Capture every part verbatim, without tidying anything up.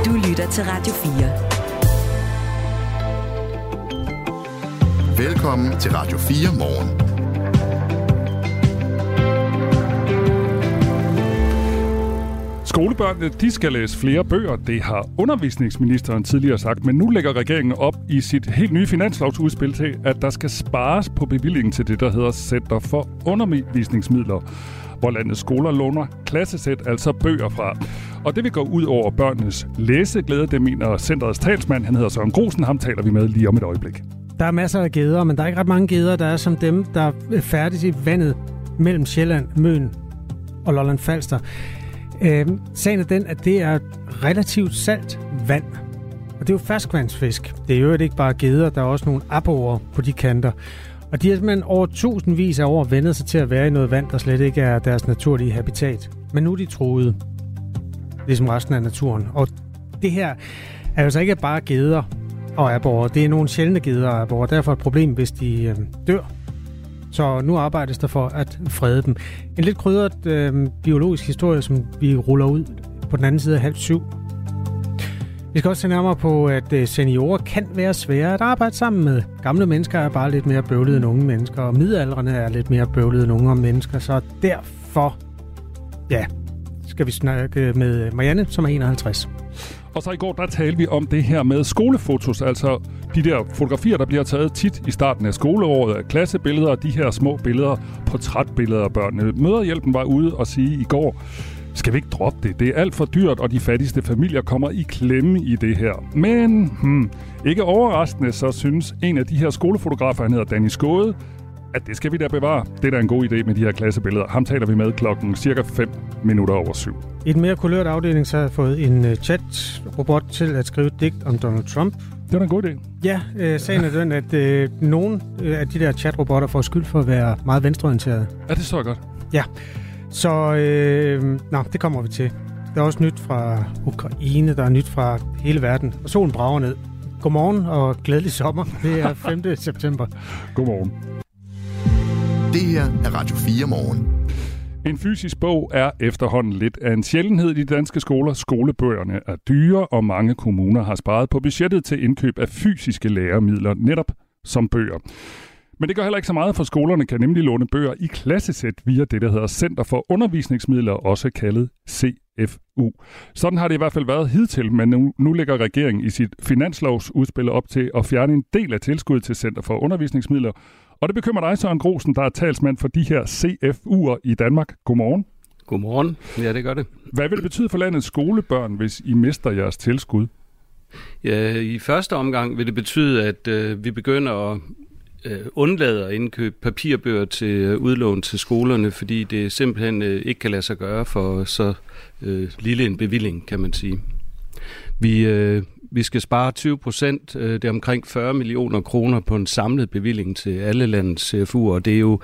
Du lytter til Radio fire. Velkommen til Radio fire Morgen. Skolebørnene, de skal læse flere bøger, det har undervisningsministeren tidligere sagt, men nu lægger regeringen op i sit helt nye finanslovsudspil til, at der skal spares på bevillingen til det, der hedder Center for Undervisningsmidler, hvor landets skoler låner klassesæt, altså bøger fra. Og det vil gå ud over børnenes læseglæde, det mener centerets talsmand, han hedder Søren Grosen, ham taler vi med lige om et øjeblik. Der er masser af geder, men der er ikke ret mange geder, der er som dem, der er færdigt i vandet mellem Sjælland, Møn og Lolland Falster. Øh, sagen er den, at det er relativt salt vand. Og det er jo ferskvandsfisk. Det er jo ikke bare geder, der er også nogle aborrer på de kanter. Og de har simpelthen over tusindvis af år vendet sig til at være i noget vand, der slet ikke er deres naturlige habitat. Men nu er de truede, ligesom resten af naturen. Og det her er jo så ikke bare geder og aborrer. Det er nogle sjældne geder og aborrer. Derfor er et problem, hvis de øh, dør. Så nu arbejdes der for at frede dem. En lidt krydret øh, biologisk historie, som vi ruller ud på den anden side af halv syv. Vi skal også se nærmere på, at øh, seniorer kan være svære at arbejde sammen med. Gamle mennesker er bare lidt mere bøvlede end unge mennesker, og midaldrende er lidt mere bøvlede end unge mennesker. Så derfor, ja, skal vi snakke med Marianne, som er enoghalvtreds. Og så i går, der talte vi om det her med skolefotos, altså de der fotografier, der bliver taget tit i starten af skoleåret af klassebilleder, og de her små billeder, portrætbilleder af børnene. Møderhjælpen var ude og sige i går, skal vi ikke droppe det? Det er alt for dyrt, og de fattigste familier kommer i klemme i det her. Men hmm, ikke overraskende, så synes en af de her skolefotografer, han hedder Danny Skåde, at det skal vi da bevare. Det er da en god idé med de her klassebilleder. Ham taler vi med klokken cirka fem minutter over syv. I den mere kulørte afdeling så har jeg fået en uh, chat-robot til at skrive et digt om Donald Trump. Det er da en god idé. Ja, øh, sagen er den, at øh, nogle af de der chat-robotter får skyld for at være meget venstreorienterede. Ja, det så godt. Ja, så øh, nå, det kommer vi til. Der er også nyt fra Ukraine, der er nyt fra hele verden, og solen brager ned. Godmorgen og glædelig sommer. Det er femte september. Godmorgen. Det her er Radio fire Morgen. En fysisk bog er efterhånden lidt af en sjældenhed i de danske skoler. Skolebøgerne er dyre, og mange kommuner har sparet på budgettet til indkøb af fysiske læremidler, netop som bøger. Men det gør heller ikke så meget, for skolerne kan nemlig låne bøger i klassesæt via det, der hedder Center for Undervisningsmidler, også kaldet C F U. Sådan har det i hvert fald været hidtil, men nu, nu lægger regeringen i sit finanslovsudspil op til at fjerne en del af tilskuddet til Center for Undervisningsmidler. Og det bekymrer dig, Søren Grosen, der er talsmand for de her C F U'er i Danmark. Godmorgen. Godmorgen. Ja, det gør det. Hvad vil det betyde for landets skolebørn, hvis I mister jeres tilskud? Ja, i første omgang vil det betyde, at øh, vi begynder at øh, undlade at indkøbe papirbøger til øh, udlån til skolerne, fordi det simpelthen øh, ikke kan lade sig gøre for så øh, lille en bevilling, kan man sige. Vi... Øh, Vi skal spare tyve procent, det er omkring fyrre millioner kroner på en samlet bevilling til alle landets C F U'er, og det er jo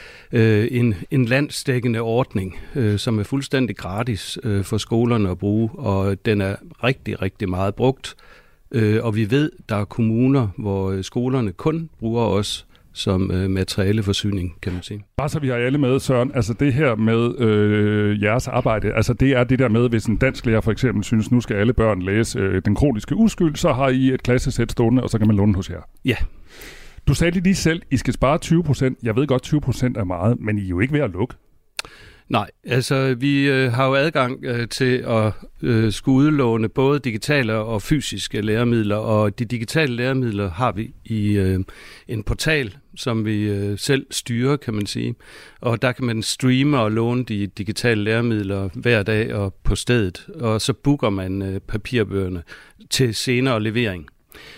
øh, en, en landsdækkende ordning, øh, som er fuldstændig gratis øh, for skolerne at bruge, og den er rigtig, rigtig meget brugt, øh, og vi ved, der er kommuner, hvor skolerne kun bruger os som øh, materialeforsyning, kan man sige. Bare så vi har alle med, Søren, altså det her med øh, jeres arbejde, altså det er det der med, hvis en dansklærer for eksempel synes, nu skal alle børn læse øh, Den kroniske uskyld, så har I et klassesæt stående, og så kan man låne hos jer. Ja. Du sagde lige selv, I skal spare tyve procent. Jeg ved godt, tyve procent er meget, men I er jo ikke ved at lukke. Nej, altså vi øh, har jo adgang øh, til at øh, skulle udlåne både digitale og fysiske læremidler, og de digitale læremidler har vi i øh, en portal, som vi øh, selv styrer, kan man sige. Og der kan man streame og låne de digitale læremidler hver dag og på stedet, og så booker man øh, papirbøgerne til senere levering.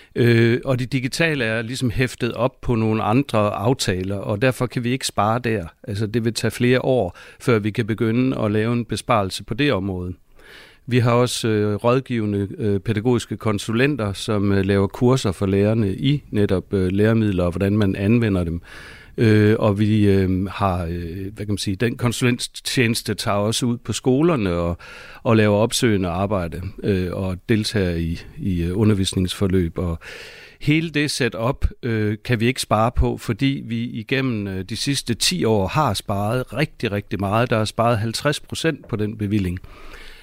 Øh, og de digitale er ligesom hæftet op på nogle andre aftaler, og derfor kan vi ikke spare der. Altså det vil tage flere år, før vi kan begynde at lave en besparelse på det område. Vi har også øh, rådgivende øh, pædagogiske konsulenter, som øh, laver kurser for lærerne i netop øh, læremidler og hvordan man anvender dem. Øh, og vi øh, har, øh, hvad kan man sige, den konsulenttjeneste tager også ud på skolerne og, og laver opsøgende arbejde øh, og deltager i, i undervisningsforløb. Og hele det setup øh, kan vi ikke spare på, fordi vi igennem øh, de sidste ti år har sparet rigtig, rigtig meget. Der er sparet halvtreds procent på den bevilling.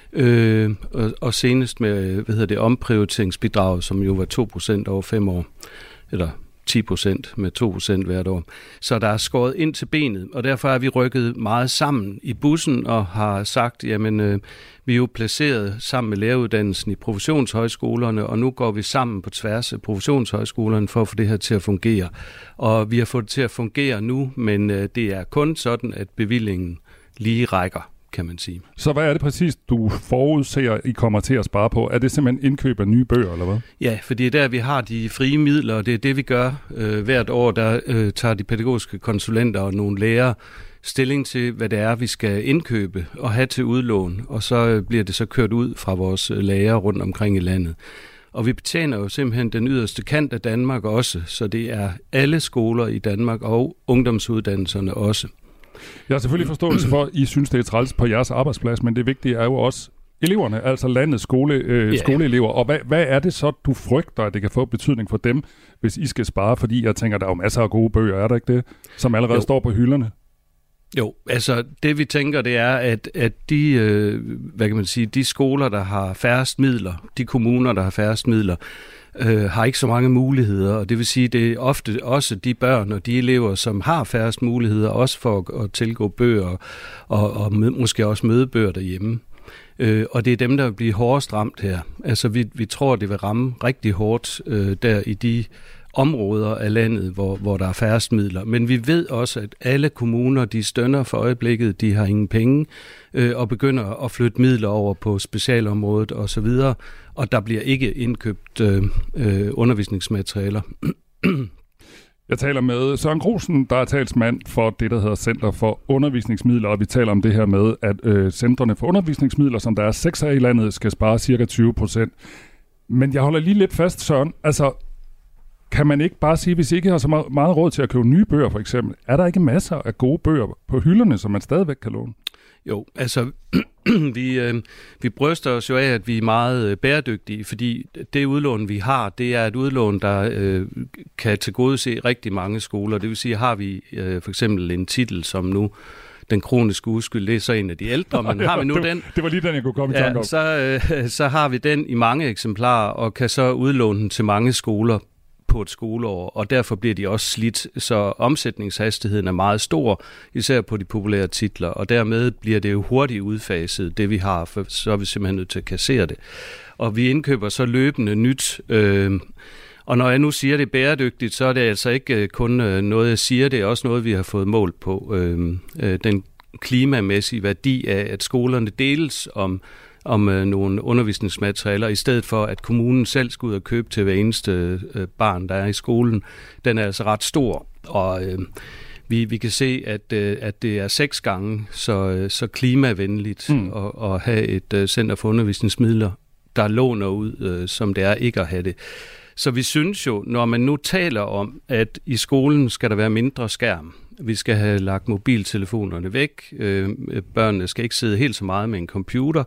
Øh, og, og senest med, hvad hedder det, omprioriteringsbidrag, som jo var to procent over fem år, eller ti procent med to procent hvert år. Så der er skåret ind til benet, og derfor er vi rykket meget sammen i bussen og har sagt, jamen øh, vi er jo placeret sammen med læreruddannelsen i professionshøjskolerne, og nu går vi sammen på tværs af professionshøjskolerne for at få det her til at fungere. Og vi har fået det til at fungere nu, men øh, det er kun sådan, at bevillingen lige rækker, kan man sige. Så hvad er det præcis, du forudser, I kommer til at spare på? Er det simpelthen indkøb af nye bøger, eller hvad? Ja, for det er der, vi har de frie midler, og det er det, vi gør øh, hvert år. Der øh, tager de pædagogiske konsulenter og nogle lærere stilling til, hvad det er, vi skal indkøbe og have til udlån, og så øh, bliver det så kørt ud fra vores øh, lærere rundt omkring i landet. Og vi betjener jo simpelthen den yderste kant af Danmark også, så det er alle skoler i Danmark og ungdomsuddannelserne også. Jeg har selvfølgelig forståelse for, at I synes, det er træls på jeres arbejdsplads, men det vigtige er jo også eleverne, altså landets skole, øh, yeah. skoleelever. Og hvad, hvad er det så, du frygter, at det kan få betydning for dem, hvis I skal spare? Fordi jeg tænker, der er jo masser af gode bøger, er der ikke det, som allerede jo. står på hylderne? Jo, altså det vi tænker, det er, at, at de, øh, hvad kan man sige, de skoler, der har færrest midler, de kommuner, der har færrest midler, øh, har ikke så mange muligheder, og det vil sige, det er ofte også de børn og de elever, som har færrest muligheder, også for at, at tilgå bøger og, og mød, måske også møde bøger derhjemme. Øh, og det er dem, der vil blive hårdest ramt her. Altså vi, vi tror, det vil ramme rigtig hårdt øh, der i de områder af landet, hvor, hvor der er færrest midler. Men vi ved også, at alle kommuner, de stønner for øjeblikket, de har ingen penge, øh, og begynder at flytte midler over på specialområdet osv., og der bliver ikke indkøbt øh, øh, undervisningsmaterialer. Jeg taler med Søren Grosen, der er talsmand for det, der hedder Center for Undervisningsmidler, og vi taler om det her med, at øh, centrene for undervisningsmidler, som der er seks af i landet, skal spare cirka tyve procent. Men jeg holder lige lidt fast, Søren. Altså, kan man ikke bare sige, hvis I ikke har så meget, meget råd til at købe nye bøger, for eksempel, er der ikke masser af gode bøger på hylderne, som man stadigvæk kan låne? Jo, altså, vi, øh, vi bryster os jo af, at vi er meget øh, bæredygtige, fordi det udlån, vi har, det er et udlån, der øh, kan tilgodese rigtig mange skoler. Det vil sige, har vi øh, for eksempel en titel, som nu Den kroniske uskyld, det er så en af de ældre, men har vi nu det, den... Det var lige den, jeg kunne komme i tanke om. Ja, så, øh, så har vi den i mange eksemplarer, og kan så udlåne den til mange skoler på et skoleår, og derfor bliver de også slidt, så omsætningshastigheden er meget stor, især på de populære titler, og dermed bliver det jo hurtigt udfaset, det vi har, for så er vi simpelthen nødt til at kassere det. Og vi indkøber så løbende nyt, øh, og når jeg nu siger, det er bæredygtigt, så er det altså ikke kun noget, jeg siger, det er også noget, vi har fået målt på. Øh, øh, den klimamæssige værdi af, at skolerne deles om om øh, nogle undervisningsmaterialer, i stedet for, at kommunen selv skal ud og købe til hver eneste øh, barn, der er i skolen. Den er altså ret stor, og øh, vi, vi kan se, at, øh, at det er seks gange så, øh, så klimavenligt mm. at, at have et øh, center for undervisningsmidler, der låner ud, øh, som det er ikke at have det. Så vi synes jo, når man nu taler om, at i skolen skal der være mindre skærm, vi skal have lagt mobiltelefonerne væk, øh, børnene skal ikke sidde helt så meget med en computer,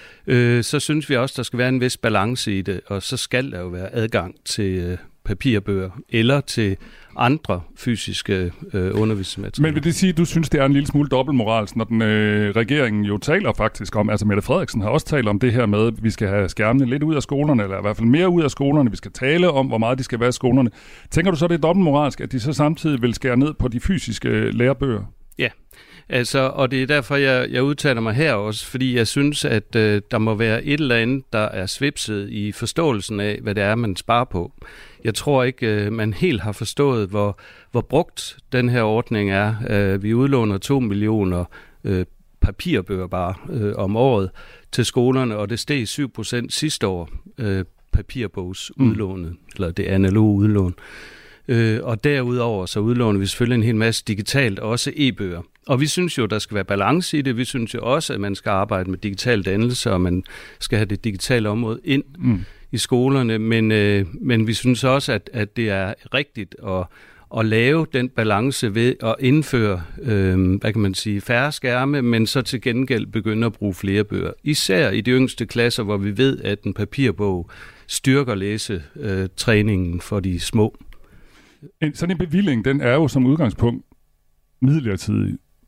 øh, så synes vi også, der skal være en vis balance i det, og så skal der jo være adgang til øh, papirbøger eller til andre fysiske øh, undervisningsmaterialer. Men vil det sige, at du synes, det er en lille smule dobbeltmoralsk, når den, øh, regeringen jo taler faktisk om, altså Mette Frederiksen har også talt om det her med, at vi skal have skærmene lidt ud af skolerne, eller i hvert fald mere ud af skolerne, vi skal tale om, hvor meget de skal være i skolerne. Tænker du så, det er dobbeltmoralsk, at de så samtidig vil skære ned på de fysiske lærebøger? Ja, altså, og det er derfor, jeg, jeg udtaler mig her også, fordi jeg synes, at øh, der må være et eller andet, der er svipset i forståelsen af, hvad det er, man sparer på. Jeg tror ikke, øh, man helt har forstået, hvor, hvor brugt den her ordning er. Øh, vi udlåner to millioner øh, papirbøger bare øh, om året til skolerne, og det steg syv procent sidste år, øh, papirbogsudlånet, mm. eller det analoge udlån. Øh, og derudover så udlåner vi selvfølgelig en hel masse digitalt, også e-bøger. Og vi synes jo, der skal være balance i det. Vi synes jo også, at man skal arbejde med digital dannelse, og man skal have det digitale område ind mm. i skolerne. Men, øh, men vi synes også, at, at det er rigtigt at, at lave den balance ved at indføre, øh, hvad kan man sige, færre skærme, men så til gengæld begynde at bruge flere bøger. Især i de yngste klasser, hvor vi ved, at en papirbog styrker læsetræningen øh, for de små. En, sådan en bevilling, den er jo som udgangspunkt midlertidig.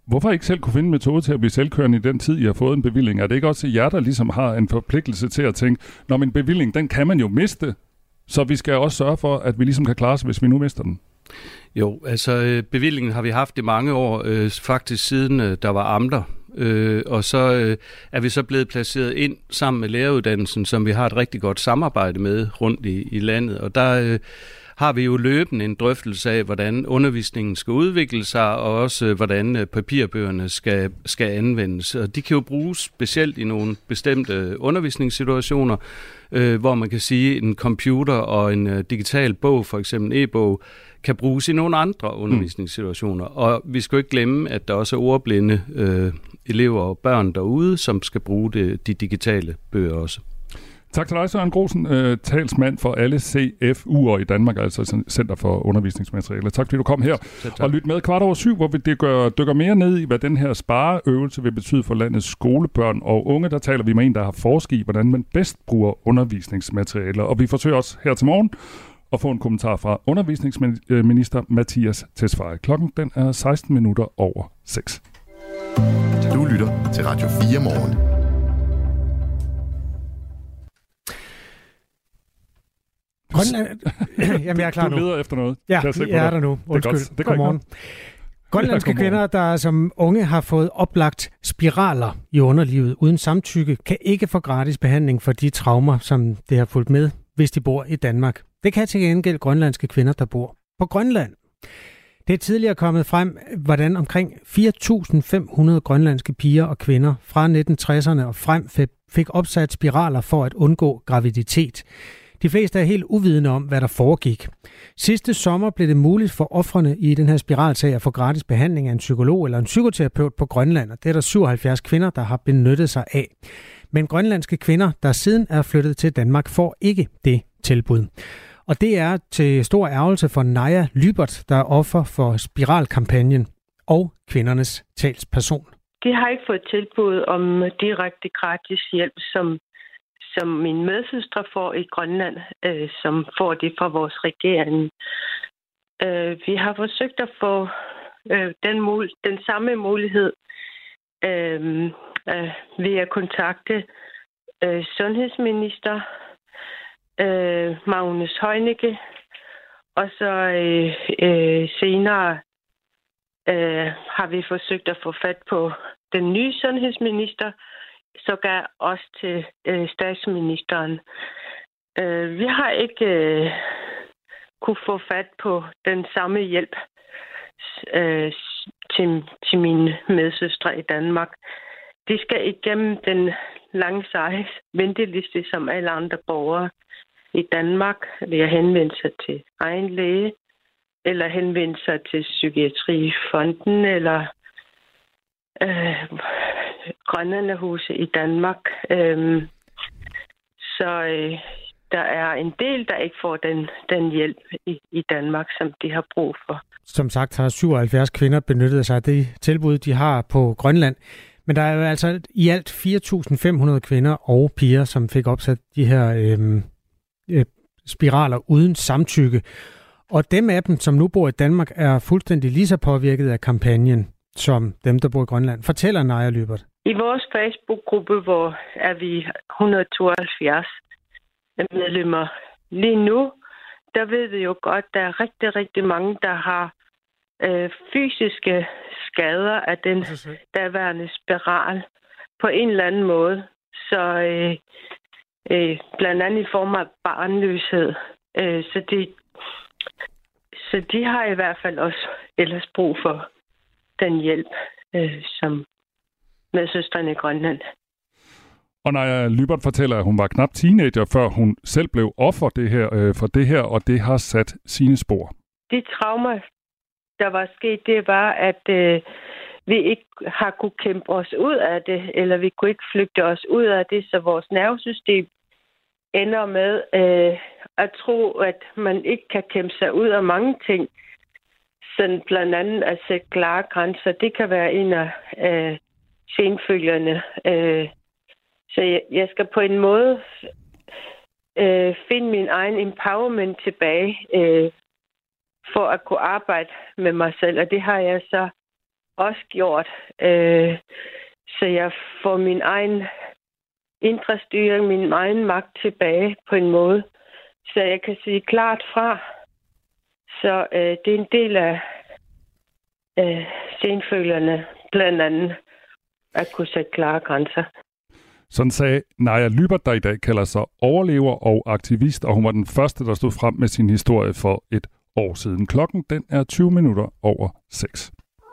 Hvorfor ikke selv kunne finde en metode til at blive selvkørende i den tid, I har fået en bevilling? Er det ikke også jer, der ligesom har en forpligtelse til at tænke, når min bevilling, den kan man jo miste, så vi skal også sørge for, at vi ligesom kan klare os, hvis vi nu mister den? Jo, altså bevillingen har vi haft i mange år, øh, faktisk siden øh, der var amter. Øh, og så øh, er vi så blevet placeret ind sammen med læreruddannelsen, som vi har et rigtig godt samarbejde med rundt i, i landet. Og der øh, har vi jo løbende en drøftelse af, hvordan undervisningen skal udvikle sig, og også øh, hvordan øh, papirbøgerne skal, skal anvendes. Og de kan jo bruges specielt i nogle bestemte undervisningssituationer, øh, hvor man kan sige, at en computer og en øh, digital bog, for eksempel en e-bog, kan bruges i nogle andre undervisningssituationer. Mm. Og vi skal jo ikke glemme, at der også er ordblinde øh, elever og børn derude, som skal bruge det, de digitale bøger også. Tak til dig, Søren Grosen, øh, talsmand for alle C F U'er i Danmark, altså Center for Undervisningsmaterialer. Tak fordi du kom her. Og lyt med kvart over syv, hvor vi dykker, dykker mere ned i, hvad den her spareøvelse vil betyde for landets skolebørn og unge. Der taler vi med en, der har forsket i, hvordan man bedst bruger undervisningsmaterialer. Og vi forsøger også her til morgen og få en kommentar fra undervisningsminister Mattias Tesfaye. Klokken den er seksten minutter over seks. Du lytter til Radio fire Morgen. Grønland... Jamen, jeg er klar nu. Du leder efter noget. Ja, jeg, jeg er der nu. Undskyld. Det Godmorgen. Grønlandske ja, kvinder, der som unge har fået oplagt spiraler i underlivet uden samtykke, kan ikke få gratis behandling for de traumer, som det har fulgt med, hvis de bor i Danmark. Det kan til gengæld grønlandske kvinder, der bor på Grønland. Det er tidligere kommet frem, hvordan omkring fire tusind fem hundrede grønlandske piger og kvinder fra nitten tresserne og frem fik opsat spiraler for at undgå graviditet. De fleste er helt uvidende om, hvad der foregik. Sidste sommer blev det muligt for ofrene i den her spiralsag at få gratis behandling af en psykolog eller en psykoterapeut på Grønland, og det er der syvoghalvfjerds kvinder, der har benyttet sig af. Men grønlandske kvinder, der siden er flyttet til Danmark, får ikke det tilbud. Og det er til stor ærgelse for Naja Lybert, der er offer for spiralkampagnen og kvindernes talsperson. De har ikke fået tilbud om direkte gratis hjælp, som, som min medsøstre får i Grønland, øh, som får det fra vores regering. Øh, vi har forsøgt at få øh, den, mul- den samme mulighed øh, øh, ved at kontakte øh, sundhedsminister Øh, Magnus Heunicke, og så øh, øh, senere øh, har vi forsøgt at få fat på den nye sundhedsminister, sågar også til øh, statsministeren. Øh, vi har ikke øh, kunne få fat på den samme hjælp øh, til, til mine medsøstre i Danmark. De skal igennem den lange seje venteliste som alle andre borgere i Danmark, ved at henvende sig til egen læge, eller henvende sig til Psykiatrifonden, eller øh, Grønlanderhuset i Danmark. Øh, så øh, der er en del, der ikke får den, den hjælp i, i Danmark, som de har brug for. Som sagt har syvoghalvfjerds kvinder benyttet sig af det tilbud, de har på Grønland. Men der er jo altså i alt fire tusind fem hundrede kvinder og piger, som fik opsat de her øh, øh, spiraler uden samtykke. Og dem af dem, som nu bor i Danmark, er fuldstændig lige så påvirket af kampagnen, som dem, der bor i Grønland. Fortæller Naja Lybert. I vores Facebook-gruppe, hvor er vi et hundrede og tooghalvfjerds medlemmer lige nu, der ved vi jo godt, der er rigtig, rigtig mange, der har øh, fysiske skader af den daværende spiral på en eller anden måde. Så øh, øh, blandt andet i form af barnløshed. Øh, så, de, så de har i hvert fald også ellers brug for den hjælp, øh, som medsøstrene i Grønland. Og Naja Lybert fortæller, at hun var knap teenager, før hun selv blev offer det her, øh, for det her, og det har sat sine spor. De traumer, der var sket, det var, at øh, vi ikke har kunne kæmpe os ud af det, eller vi kunne ikke flygte os ud af det, så vores nervesystem ender med øh, at tro, at man ikke kan kæmpe sig ud af mange ting. Sådan blandt andet at sætte klare grænser. Det kan være en af øh, senfølgerne. Øh, så jeg, jeg skal på en måde øh, finde min egen empowerment tilbage, øh, for at kunne arbejde med mig selv. Og det har jeg så også gjort. Øh, så jeg får min egen indre styring, min egen magt tilbage på en måde, så jeg kan sige klart fra. Så øh, det er en del af øh, senfølerne, blandt andet at kunne sætte klare grænser. Sådan sagde Naja Lybert, der i dag kalder sig overlever og aktivist, og hun var den første, der stod frem med sin historie for et år siden. Klokken den er tyve minutter over seks.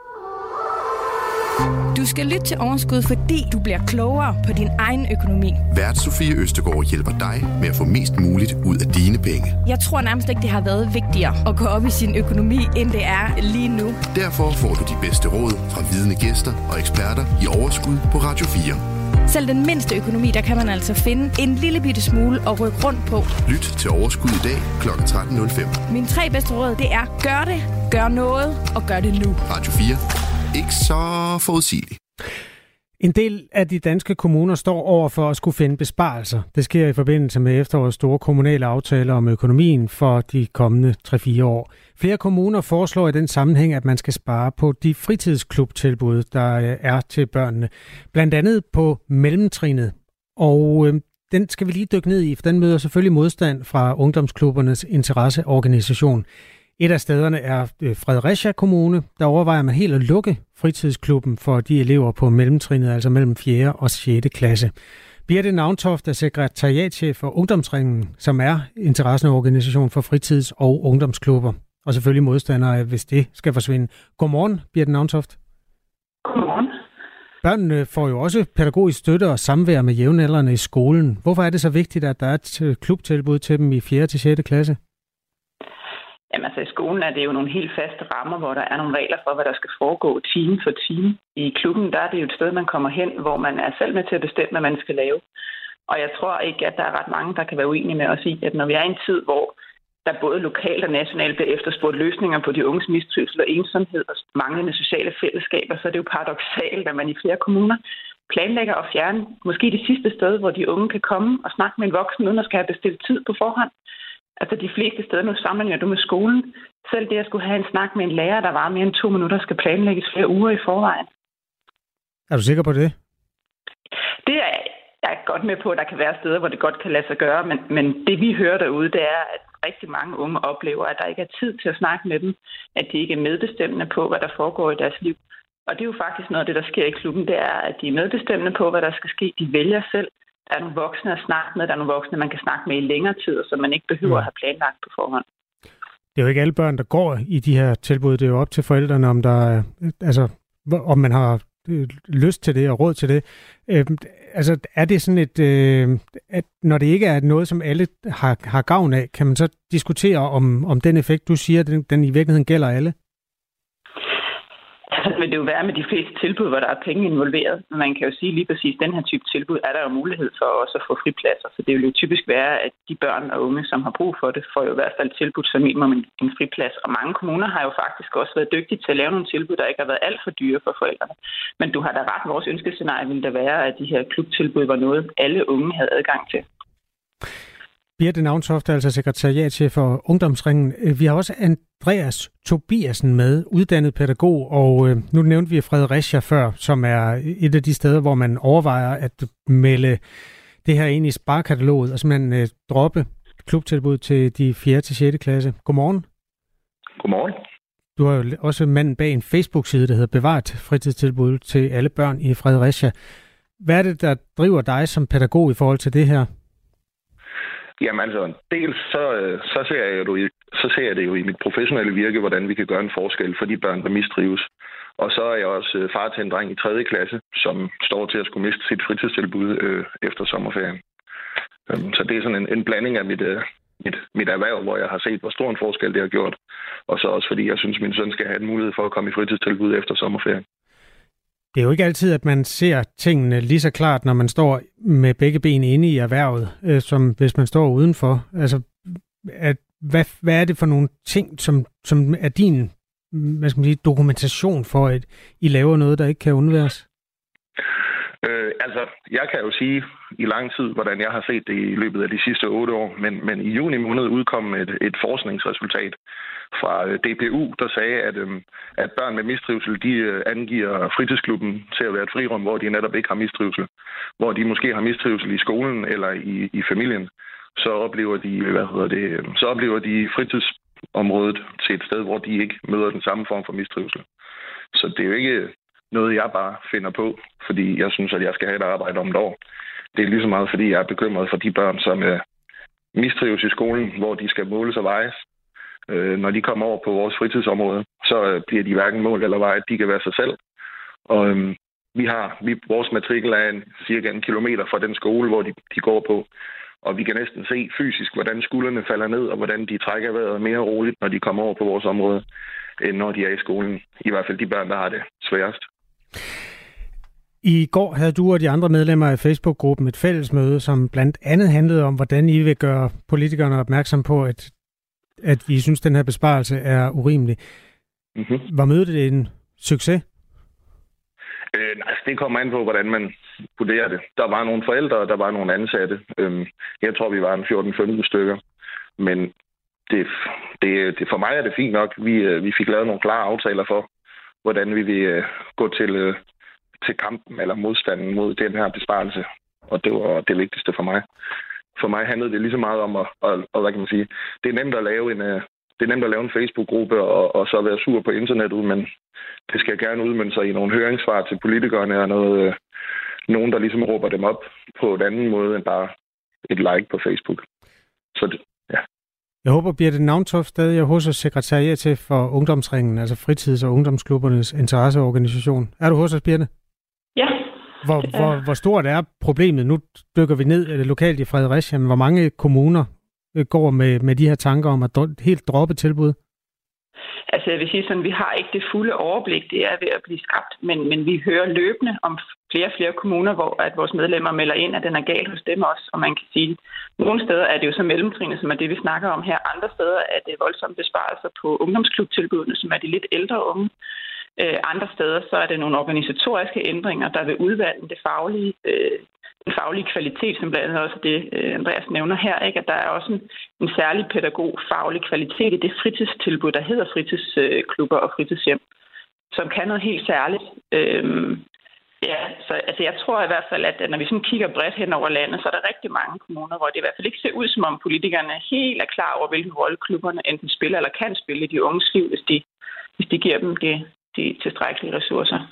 Du skal lytte til Overskud, fordi du bliver klogere på din egen økonomi. Vært Sofie Østergaard hjælper dig med at få mest muligt ud af dine penge. Jeg tror nærmest ikke, det har været vigtigere at gå op i sin økonomi, end det er lige nu. Derfor får du de bedste råd fra vidne gæster og eksperter i Overskud på Radio fire. Selv den mindste økonomi, der kan man altså finde en lille bitte smule at rykke rundt på. Lyt til Overskud i dag klokken tretten nul fem. Mine tre bedste råd, det er gør det, gør noget og gør det nu. Radio fire. Ikke så forudsigeligt. En del af de danske kommuner står over for at skulle finde besparelser. Det sker i forbindelse med efterårets store kommunale aftaler om økonomien for de kommende tre til fire år. Flere kommuner foreslår i den sammenhæng, at man skal spare på de fritidsklubtilbud, der er til børnene. Blandt andet på mellemtrinet. Og øh, den skal vi lige dykke ned i, for den møder selvfølgelig modstand fra Ungdomsklubbernes interesseorganisation. Et af stederne er Fredericia Kommune, der overvejer man helt at lukke fritidsklubben for de elever på mellemtrinnet, altså mellem fjerde og sjette klasse. Birte Navntoft er sekretariatschef for Ungdomsringen, som er interesseorganisation for fritids- og ungdomsklubber. Og selvfølgelig modstandere, hvis det skal forsvinde. Godmorgen, Birte Navntoft. Godmorgen. Børnene får jo også pædagogisk støtte og samvær med jævnaldrende i skolen. Hvorfor er det så vigtigt, at der er et klubtilbud til dem i fjerde til sjette klasse? Jamen altså i skolen er det jo nogle helt faste rammer, hvor der er nogle regler for, hvad der skal foregå time for time. I klubben der er det jo et sted, man kommer hen, hvor man er selv med til at bestemme, hvad man skal lave. Og jeg tror ikke, at der er ret mange, der kan være uenige med os i, at når vi er i en tid, hvor der både lokalt og nationalt bliver efterspurgt løsninger på de unges mistrivsel og ensomhed og manglende sociale fællesskaber, så er det jo paradoksalt, at man i flere kommuner planlægger at fjerne måske det sidste sted, hvor de unge kan komme og snakke med en voksen, uden at skal have bestilt tid på forhånd. Altså de fleste steder, nu sammenligner du med skolen. Selv det at skulle have en snak med en lærer, der var mere end to minutter, skal planlægges flere uger i forvejen. Er du sikker på det? Det er jeg er godt med på, at der kan være steder, hvor det godt kan lade sig gøre, men, men det vi hører derude, det er, at rigtig mange unge oplever, at der ikke er tid til at snakke med dem, at de ikke er medbestemmende på, hvad der foregår i deres liv. Og det er jo faktisk noget af det, der sker i klubben, det er, at de er medbestemmende på, hvad der skal ske. De vælger selv. Der er nogle voksne at snakke med, der er nogle voksne, man kan snakke med i længere tid, så man ikke behøver at have planlagt på forhånd. Det er jo ikke alle børn, der går i de her tilbud. Det er jo op til forældrene, om der, altså, om man har lyst til det og råd til det. Øh, altså, er det sådan et, øh, at når det ikke er noget, som alle har, har gavn af, kan man så diskutere, om, om den effekt, du siger, den, den i virkeligheden gælder alle? Så vil det jo være med de fleste tilbud, hvor der er penge involveret. Men man kan jo sige lige præcis, at den her type tilbud er der jo mulighed for også at få fripladser. Så det vil jo typisk være, at de børn og unge, som har brug for det, får jo i hvert fald tilbudt som minimum en, en friplads. Og mange kommuner har jo faktisk også været dygtige til at lave nogle tilbud, der ikke har været alt for dyre for forældrene. Men du har da ret, vores ønskescenarie ville da være, at de her klubtilbud var noget, alle unge havde adgang til. Birte Navntoft, altså sekretariatschef for Ungdomsringen. Vi har også Andreas Tobiasen med, uddannet pædagog, og nu nævnte vi Fredericia før, som er et af de steder, hvor man overvejer at melde det her ind i sparkataloget, og simpelthen droppe klubtilbud til de fjerde til sjette klasse. Godmorgen. Godmorgen. Du har jo også manden bag en Facebook-side, der hedder Bevaret fritidstilbud til alle børn i Fredericia. Hvad er det, der driver dig som pædagog i forhold til det her? Jamen altså, dels så, så, ser jeg jo, så ser jeg det jo i mit professionelle virke, hvordan vi kan gøre en forskel for de børn, der mistrives. Og så er jeg også far til en dreng i tredje klasse, som står til at skulle miste sit fritidstilbud øh, efter sommerferien. Um, så det er sådan en, en blanding af mit, øh, mit, mit erhverv, hvor jeg har set, hvor stor en forskel det har gjort. Og så også fordi jeg synes, at min søn skal have en mulighed for at komme i fritidstilbud efter sommerferien. Det er jo ikke altid, at man ser tingene lige så klart, når man står med begge ben inde i erhvervet, øh, som hvis man står udenfor. Altså, at, hvad, hvad er det for nogle ting, som, som er din hvad skal man sige, dokumentation for, at I laver noget, der ikke kan undværes? Øh, altså, jeg kan jo sige i lang tid, hvordan jeg har set det i løbet af de sidste otte år, men, men i juni måned udkom et, et forskningsresultat fra D P U, der sagde, at, øhm, at børn med mistrivsel, de øh, angiver fritidsklubben til at være et frirum, hvor de netop ikke har mistrivsel. Hvor de måske har mistrivsel i skolen eller i, i familien, så oplever de, hvad hedder det, så oplever de fritidsområdet til et sted, hvor de ikke møder den samme form for mistrivsel. Så det er jo ikke noget, jeg bare finder på, fordi jeg synes, at jeg skal have et arbejde om et år. Det er lige så meget, fordi jeg er bekymret for de børn, som øh, mistrives i skolen, hvor de skal måles og vejes. Øh, når de kommer over på vores fritidsområde, så øh, bliver de hverken målt eller vejet. De kan være sig selv. Og øh, vi har, vi, vores matrikel er en, cirka en kilometer fra den skole, hvor de, de går på. Og vi kan næsten se fysisk, hvordan skuldrene falder ned, og hvordan de trækker vejret mere roligt, når de kommer over på vores område, end når de er i skolen. I hvert fald de børn, der har det sværest. I går havde du og de andre medlemmer af Facebook-gruppen et fællesmøde, som blandt andet handlede om, hvordan I vil gøre politikerne opmærksom på, at, at I synes, at den her besparelse er urimelig. Mm-hmm. Var mødet en succes? Øh, nej, det kommer an på, hvordan man vurderer det. Der var nogle forældre, og der var nogle ansatte. Øhm, jeg tror, vi var en fjorten femten stykker. Men det, det, det, for mig er det fint nok. Vi, vi fik lavet nogle klare aftaler for, hvordan vi vil uh, gå til, uh, til kampen eller modstanden mod den her besparelse. Og det var det vigtigste for mig. For mig handlede det lige så meget om at, og, og hvad kan man sige, det er nemt at lave en, uh, det er nemt at lave en Facebook-gruppe og, og så være sur på internettet, men det skal gerne udmønte sig i nogle høringssvar til politikerne og noget, uh, nogen, der ligesom råber dem op på en anden måde end bare et like på Facebook. Så det, ja. Jeg håber, Birthe Navntoft stadig er hos os sekretariat til for Ungdomsringen, altså fritids- og ungdomsklubbernes interesseorganisation. Er du hos os, Birthe? Ja. Hvor, hvor, hvor stort er problemet? Nu dykker vi ned lokalt i Fredericia, men hvor mange kommuner går med, med de her tanker om at helt droppe tilbud? Altså jeg vil sige sådan, vi har ikke det fulde overblik, det er ved at blive skabt, men, men vi hører løbende om flere og flere kommuner, hvor at vores medlemmer melder ind, at den er galt hos dem også, og man kan sige, nogle steder er det jo så mellemtrinnet, som er det, vi snakker om her, andre steder er det voldsomme besparelser på ungdomsklubtilbudene, som er de lidt ældre unge. Øh, andre steder så er det nogle organisatoriske ændringer, der vil udvande det faglige, øh, den faglige kvalitet, som blandt andet også det, øh, Andreas nævner her, ikke? At der er også en, en særlig pædagogfaglig kvalitet i det fritidstilbud, der hedder fritidsklubber og fritidshjem, som kan noget helt særligt. Øhm, ja, så altså, jeg tror i hvert fald, at når vi sådan kigger bredt hen over landet, så er der rigtig mange kommuner, hvor det i hvert fald ikke ser ud, som om politikerne helt er klar over, hvilken rolle klubberne enten spiller eller kan spille i de unges liv, hvis de, hvis de giver dem de, de tilstrækkelige ressourcer.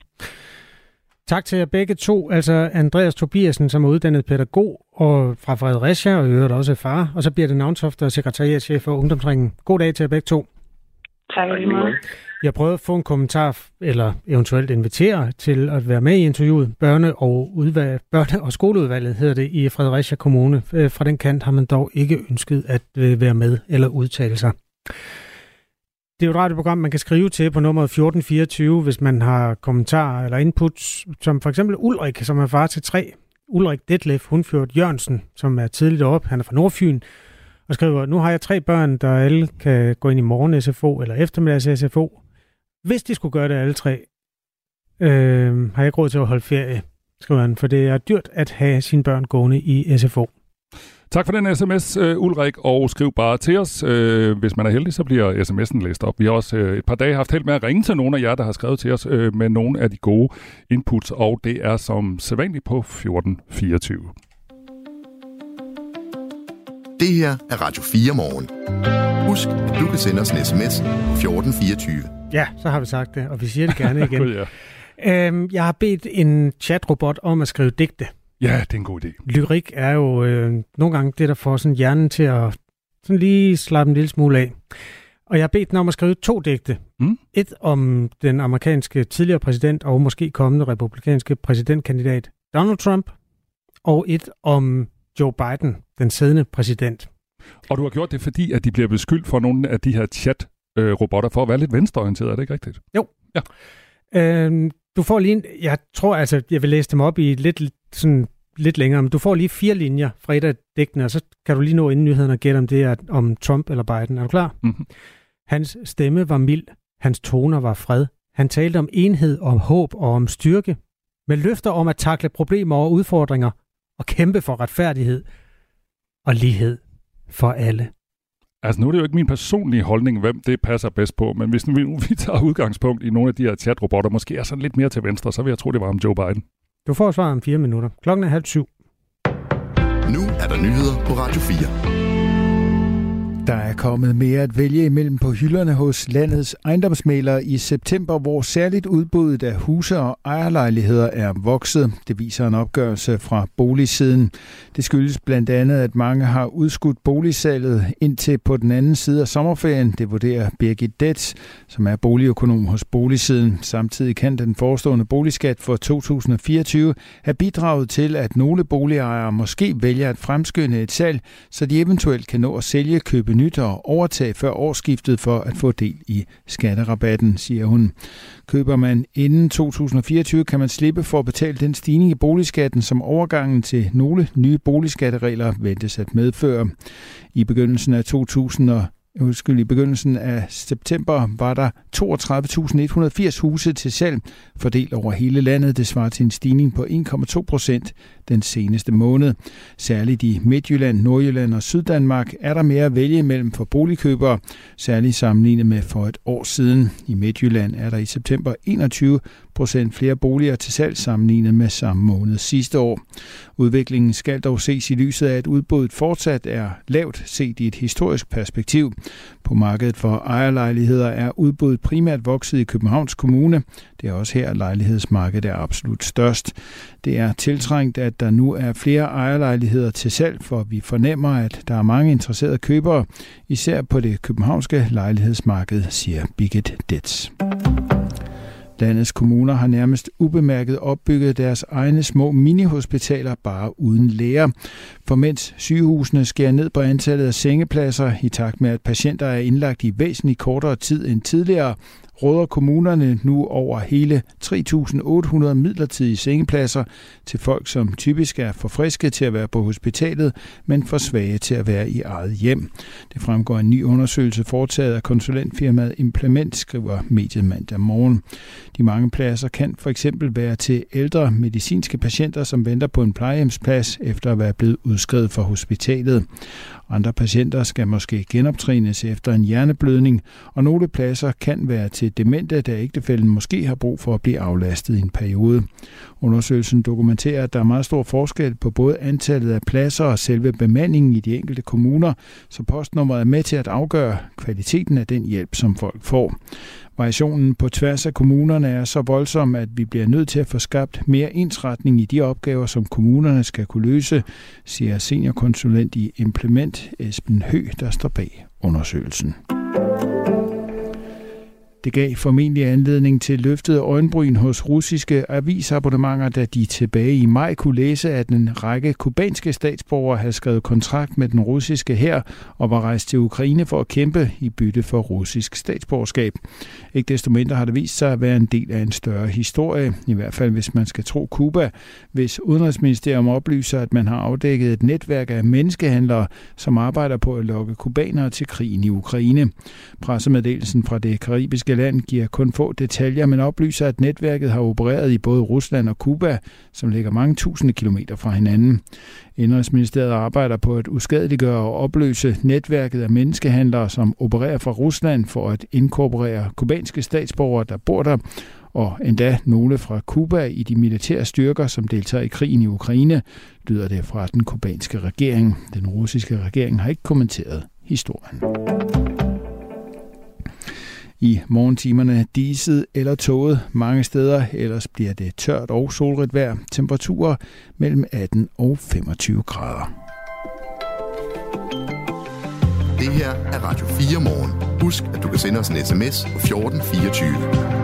Tak til jer begge to, altså Andreas Tobiasen, som er uddannet pædagog og fra Fredericia, og i øvrigt også er far, og så bliver det Navntoft og sekretariatschef for Ungdomsringen. God dag til jer begge to. Tak lige meget. Jeg prøvede at få en kommentar, eller eventuelt invitere til at være med i interviewet. Børne- og, udvalg, børne- og skoleudvalget hedder det i Fredericia Kommune. Fra den kant har man dog ikke ønsket at være med eller udtale sig. Det er jo et radioprogram, man kan skrive til på nummeret fjorten fireogtyve, hvis man har kommentarer eller input, som for eksempel Ulrik, som er far til tre. Ulrik Detlef Hundfjord Jørgensen, som er tidligt op, han er fra Nordfyn, og skriver, nu har jeg tre børn, der alle kan gå ind i morgen S F O eller eftermiddags S F O. Hvis de skulle gøre det alle tre, øh, har jeg ikke råd til at holde ferie, skriver han, for det er dyrt at have sine børn gående i S F O. Tak for den sms, Ulrik, og skriv bare til os. Hvis man er heldig, så bliver sms'en læst op. Vi har også et par dage haft held med at ringe til nogle af jer, der har skrevet til os med nogle af de gode inputs, og det er som sædvanligt på fjorten fireogtyve. Det her er Radio fire Morgen. Husk, at du kan sende os en sms fjorten fireogtyve. Ja, så har vi sagt det, og vi siger det gerne igen. God, ja. øhm, jeg har bedt en chatrobot om at skrive digte. Ja, det er en god idé. Lyrik er jo øh, nogle gange det, der får sådan hjernen til at sådan lige slappe en lille smule af. Og jeg har bedt den om at skrive to digte. Mm. Et om den amerikanske tidligere præsident og måske kommende republikanske præsidentkandidat Donald Trump. Og et om Joe Biden, den siddende præsident. Og du har gjort det, fordi at de bliver beskyldt for nogle af de her chat-robotter for at være lidt venstreorienteret, er det ikke rigtigt? Jo. Ja. Øhm, du får lige en, jeg tror altså, jeg vil læse dem op i lidt, sådan, lidt længere, men du får lige fire linjer fra et af digtene, og så kan du lige nå inden nyhederne og gætte, om det er om Trump eller Biden. Er du klar? Mm-hmm. Hans stemme var mild, hans toner var fred. Han talte om enhed, om håb og om styrke. med løfter om at takle problemer og udfordringer og kæmpe for retfærdighed og lighed for alle. Altså nu er det jo ikke min personlige holdning, hvem det passer bedst på, men hvis nu vi, vi tager udgangspunkt i nogle af de her chatrobotter, måske er sådan lidt mere til venstre, så vil jeg tro, det var om Joe Biden. Du får svar om fire minutter. Klokken er halv syv. Nu er der nyheder på Radio fire. Der er kommet mere at vælge imellem på hylderne hos landets ejendomsmæglere i september, hvor særligt udbuddet af huse og ejerlejligheder er vokset. Det viser en opgørelse fra boligsiden. Det skyldes blandt andet, at mange har udskudt boligsalget indtil på den anden side af sommerferien. Det vurderer Birgit Detz, som er boligøkonom hos boligsiden. Samtidig kan den forestående boligskat for to tusind og fireogtyve have bidraget til, at nogle boligejere måske vælger at fremskynde et salg, så de eventuelt kan nå at sælge, købe nyt og overtage før årsskiftet for at få del i skatterabatten, siger hun. Køber man inden to tusind og fireogtyve, kan man slippe for at betale den stigning i boligskatten, som overgangen til nogle nye boligskatteregler ventes at medføre. I begyndelsen af to tusind og Undskyld, i begyndelsen af september var der toogtredive tusind et hundrede og firs huse til salg, fordelt over hele landet. Det svarer til en stigning på en komma to procent den seneste måned. Særligt i Midtjylland, Nordjylland og Syddanmark er der mere at vælge imellem for boligkøbere, særligt sammenlignet med for et år siden. I Midtjylland er der i september enogtyve procent flere boliger til salg sammenlignet med samme måned sidste år. Udviklingen skal dog ses i lyset af, at udbuddet fortsat er lavt set i et historisk perspektiv. På markedet for ejerlejligheder er udbuddet primært vokset i Københavns Kommune. Det er også her, lejlighedsmarkedet er absolut størst. Det er tiltrængt, at der nu er flere ejerlejligheder til salg, for vi fornemmer, at der er mange interesserede købere, især på det københavnske lejlighedsmarked, siger Birgit Detz. Landets kommuner har nærmest ubemærket opbygget deres egne små minihospitaler bare uden læger. For mens sygehusene skærer ned på antallet af sengepladser i takt med, at patienter er indlagt i væsentligt kortere tid end tidligere, råder kommunerne nu over hele tre tusind otte hundrede midlertidige sengepladser til folk, som typisk er for friske til at være på hospitalet, men for svage til at være i eget hjem. Det fremgår en ny undersøgelse foretaget af konsulentfirmaet Implement, skriver mediet mandag morgen. De mange pladser kan for eksempel være til ældre medicinske patienter, som venter på en plejehjemsplads efter at være blevet udskrevet fra hospitalet. Andre patienter skal måske genoptrænes efter en hjerneblødning, og nogle pladser kan være til demente, da ægtefællen måske har brug for at blive aflastet i en periode. Undersøgelsen dokumenterer, at der er meget stor forskel på både antallet af pladser og selve bemandingen i de enkelte kommuner, så postnummeret er med til at afgøre kvaliteten af den hjælp, som folk får. Variationen på tværs af kommunerne er så voldsom, at vi bliver nødt til at få skabt mere ensretning i de opgaver, som kommunerne skal kunne løse, siger seniorkonsulent i Implement Esben Høgh, der står bag undersøgelsen. Det gav formentlig anledning til løftede øjenbryn hos russiske avisabonnementer, da de tilbage i maj kunne læse, at en række kubanske statsborgere havde skrevet kontrakt med den russiske hær og var rejst til Ukraine for at kæmpe i bytte for russisk statsborgerskab. Ikke desto mindre har det vist sig at være en del af en større historie, i hvert fald hvis man skal tro Cuba, hvis Udenrigsministerium oplyser, at man har afdækket et netværk af menneskehandlere, som arbejder på at lokke kubanere til krigen i Ukraine. Pressemeddelelsen fra det karibiske land giver kun få detaljer, men oplyser, at netværket har opereret i både Rusland og Cuba, som ligger mange tusinde kilometer fra hinanden. Indenrigsministeriet arbejder på at uskadeliggøre og opløse netværket af menneskehandlere, som opererer fra Rusland for at inkorporere kubanske statsborgere, der bor der, og endda nogle fra Cuba i de militære styrker, som deltager i krigen i Ukraine, lyder det fra den kubanske regering. Den russiske regering har ikke kommenteret historien. I morgentimerne diset eller tåget mange steder, ellers bliver det tørt og solrigt vejr. Temperaturer mellem atten og femogtyve grader. Det her er Radio fire morgen. Husk, at du kan sende os en sms på fjorten fireogtyve.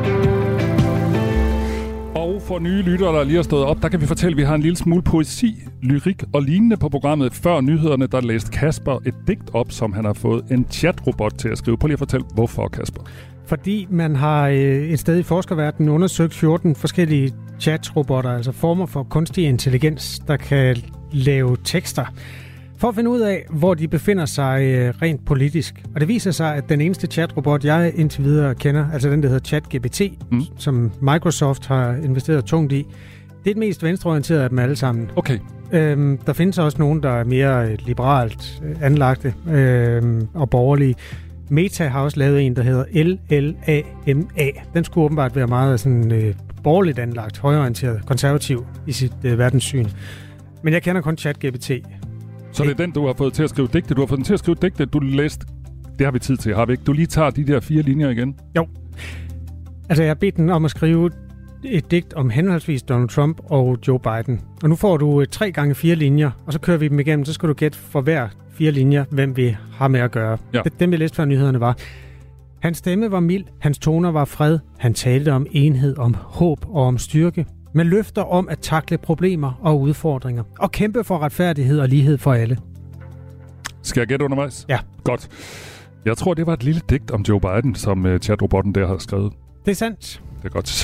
Og for nye lyttere, der lige har stået op, der kan vi fortælle, at vi har en lille smule poesi, lyrik og lignende på programmet. Før nyhederne, der læste Kasper et digt op, som han har fået en chatrobot til at skrive. Prøv lige at fortælle, hvorfor, Kasper? Fordi man har et sted i forskerverdenen undersøgt fjorten forskellige chatrobotter, altså former for kunstig intelligens, der kan lave tekster, for at finde ud af, hvor de befinder sig rent politisk. Og det viser sig, at den eneste chatrobot, jeg indtil videre kender, altså den, der hedder ChatGPT, mm. som Microsoft har investeret tungt i, Det er det mest venstreorienterede af dem alle sammen. Okay. Øhm, der findes også nogen, der er mere liberalt øh, anlagte øh, og borgerlige. Meta har også lavet en, der hedder L L A M A. Den skulle åbenbart være meget sådan, øh, borgerligt anlagt, højreorienteret, konservativ i sit øh, verdenssyn. Men jeg kender kun ChatGPT. Så det er den, du har fået til at skrive digte. Du har fået den til at skrive digte, du læste. Det har vi tid til, har vi ikke? Du lige tager de der fire linjer igen. Jo. Altså, jeg har bedt den om at skrive et digt om henholdsvis Donald Trump og Joe Biden. Og nu får du tre gange fire linjer, og så kører vi dem igennem. Så skal du gætte for hver fire linjer, hvem vi har med at gøre. Ja. Dem, vi læste før nyhederne, var: hans stemme var mild, hans toner var fred, han talte om enhed, om håb og om styrke, med løfter om at takle problemer og udfordringer, og kæmpe for retfærdighed og lighed for alle. Skal jeg gætte undervejs? Ja. Godt. Jeg tror, det var et lille digt om Joe Biden, som uh, chatrobotten der har skrevet. Det er sandt. Det er godt.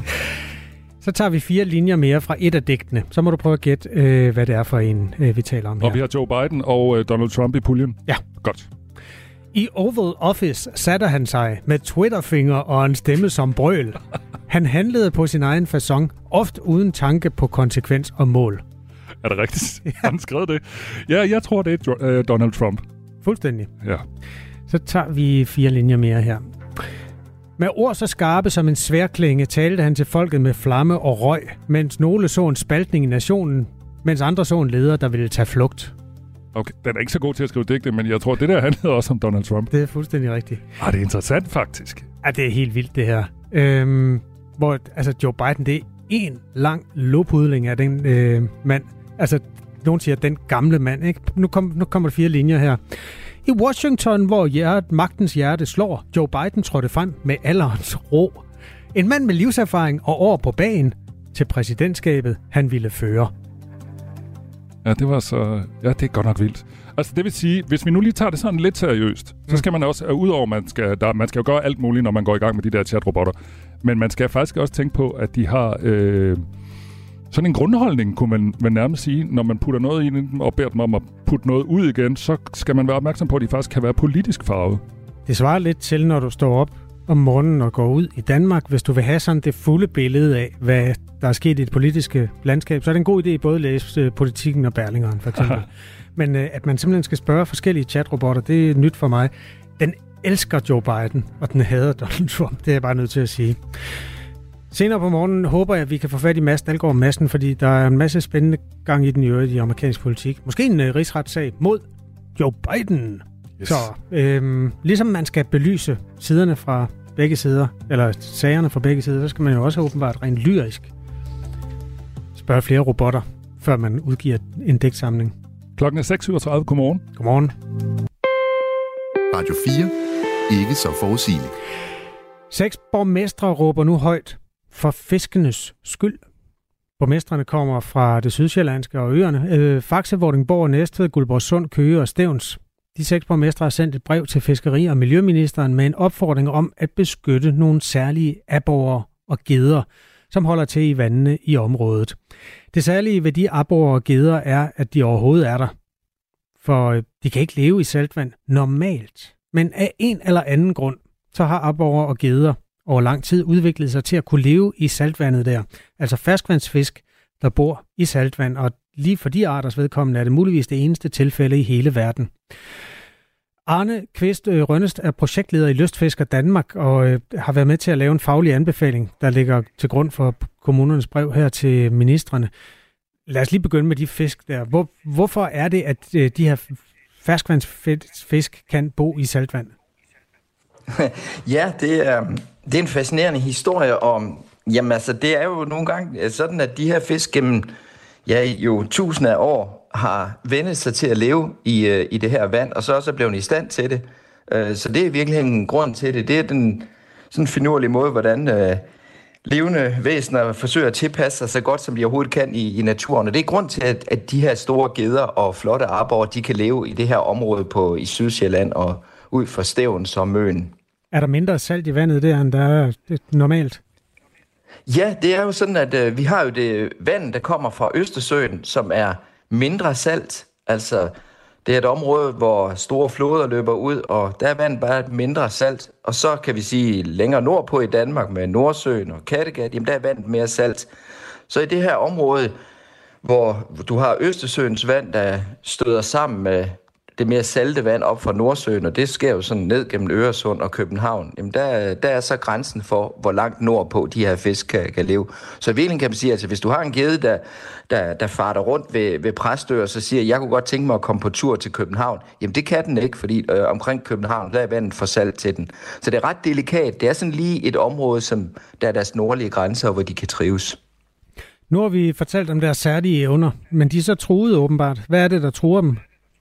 Så tager vi fire linjer mere fra et af digtene. Så må du prøve at gætte, øh, hvad det er for en, øh, vi taler om her. Og vi har Joe Biden og øh, Donald Trump i puljen? Ja. Godt. I Oval Office satte han sig med Twitterfinger og en stemme som brøl. Han handlede på sin egen facon, ofte uden tanke på konsekvens og mål. Er det rigtigt? Ja. Har han skrevet det? Ja, jeg tror, det er øh, Donald Trump. Fuldstændig. Ja. Så tager vi fire linjer mere her. Med ord så skarpe som en sværklinge talte han til folket med flamme og røg, mens nogle så en spaltning i nationen, mens andre så en leder, der ville tage flugt. Okay, den er ikke så god til at skrive digte, men jeg tror, det der handlede også om Donald Trump. Det er fuldstændig rigtigt. Ah, det er interessant faktisk. Ja, det er helt vildt det her. Øhm, hvor altså Joe Biden, det er en lang lopudling af den øh, mand. Altså, nogen siger, den gamle mand, ikke? Nu, kom, nu kommer der fire linjer her. I Washington, hvor hjerte, magtens hjerte slår, Joe Biden trådte frem med alderens ro. En mand med livserfaring og år på bagen til præsidentskabet, han ville føre. Ja, det var så... Ja, det er godt nok vildt. Altså, det vil sige, hvis vi nu lige tager det sådan lidt seriøst, mm. så skal man også, udover man skal, der, man skal jo gøre alt muligt, når man går i gang med de der chatrobotter, men man skal faktisk også tænke på, at de har... Øh, sådan en grundholdning, kunne man, man nærmest sige, når man putter noget i dem og beder dem om at putte noget ud igen, så skal man være opmærksom på, at de faktisk kan være politisk farvet. Det svarer lidt til, når du står op om morgenen og går ud i Danmark. Hvis du vil have sådan det fulde billede af, hvad der er sket i det politiske landskab, så er det en god idé både at læse Politikken og Berlingeren, for eksempel. Men øh, at man simpelthen skal spørge forskellige chatrobotter, det er nyt for mig. Den elsker Joe Biden, og den hader Donald Trump. Det er jeg bare nødt til at sige. Senere på morgenen håber jeg, at vi kan få fat i Mads Dalgaard Madsen, fordi der er en masse spændende gang i den i øvrigt i amerikansk politik. Måske en uh, rigsretssag mod Joe Biden. Yes. Så øhm, ligesom man skal belyse siderne fra begge sider, eller sagerne fra begge sider, så skal man jo også åbenbart rent lyrisk spørge flere robotter, før man udgiver en digtsamling. Klokken er seks syvogtredive. Godmorgen. Godmorgen. Radio fire. Ikke så forudsigeligt. Seks borgmestre råber nu højt for fiskenes skyld. Borgmestrene kommer fra det sydsjællandske og øerne. Øh, Faxe, Vordingborg, Næstved, Guldborgsund, Køge og Stevns. De seks borgmestre har sendt et brev til fiskeri- og miljøministeren med en opfordring om at beskytte nogle særlige aborrer og geder, som holder til i vandene i området. Det særlige ved de aborrer og geder er, at de overhovedet er der. For de kan ikke leve i saltvand normalt. Men af en eller anden grund, så har aborrer og geder over lang tid udviklet sig til at kunne leve i saltvandet der. Altså ferskvandsfisk, der bor i saltvand, og lige for de arters vedkommende er det muligvis det eneste tilfælde i hele verden. Arne Kvist Rønnest er projektleder i Lystfisker Danmark og øh, har været med til at lave en faglig anbefaling, der ligger til grund for kommunernes brev her til ministrene. Lad os lige begynde med de fisk der. Hvor, hvorfor er det, at øh, de her ferskvandsfisk kan bo i saltvand? Ja, det er, det er en fascinerende historie om, jamen altså, det er jo nogle gange sådan, at de her fisk gennem, ja, jo tusinder af år har vendt sig til at leve i, i det her vand, og så også er blevet i stand til det. Så det er virkelig en grund til det. Det er den sådan finurlige måde, hvordan øh, levende væsener forsøger at tilpasse sig så godt, som de overhovedet kan i, i naturen. Og det er grund til, at, at de her store geder og flotte aborrer, de kan leve i det her område på, i Sydsjælland og ud for Stevns og Møn. Er der mindre salt i vandet der, end der er normalt? Ja, det er jo sådan, at øh, vi har jo det vand, der kommer fra Østersøen, som er mindre salt. Altså, det er et område, hvor store floder løber ud, og der er vandet bare mindre salt. Og så kan vi sige, længere nordpå i Danmark med Nordsøen og Kattegat, jamen der er vandet mere salt. Så i det her område, hvor du har Østersøens vand, der støder sammen med det mere salte vand op fra Nordsøen, og det sker jo sådan ned gennem Øresund og København, jamen der, der er så grænsen for, hvor langt nordpå de her fisk kan, kan leve. Så i virkeligheden kan man sige, at altså, hvis du har en gede, der, der, der farter rundt ved, ved Præstø, og så siger, jeg kunne godt tænke mig at komme på tur til København, jamen det kan den ikke, fordi øh, omkring København, der er vandet for salt til den. Så det er ret delikat. Det er sådan lige et område, som der er deres nordlige grænser, hvor de kan trives. Nu har vi fortalt om deres særlige evner, men de er så truede åbenbart. Hvad er det, der truer dem?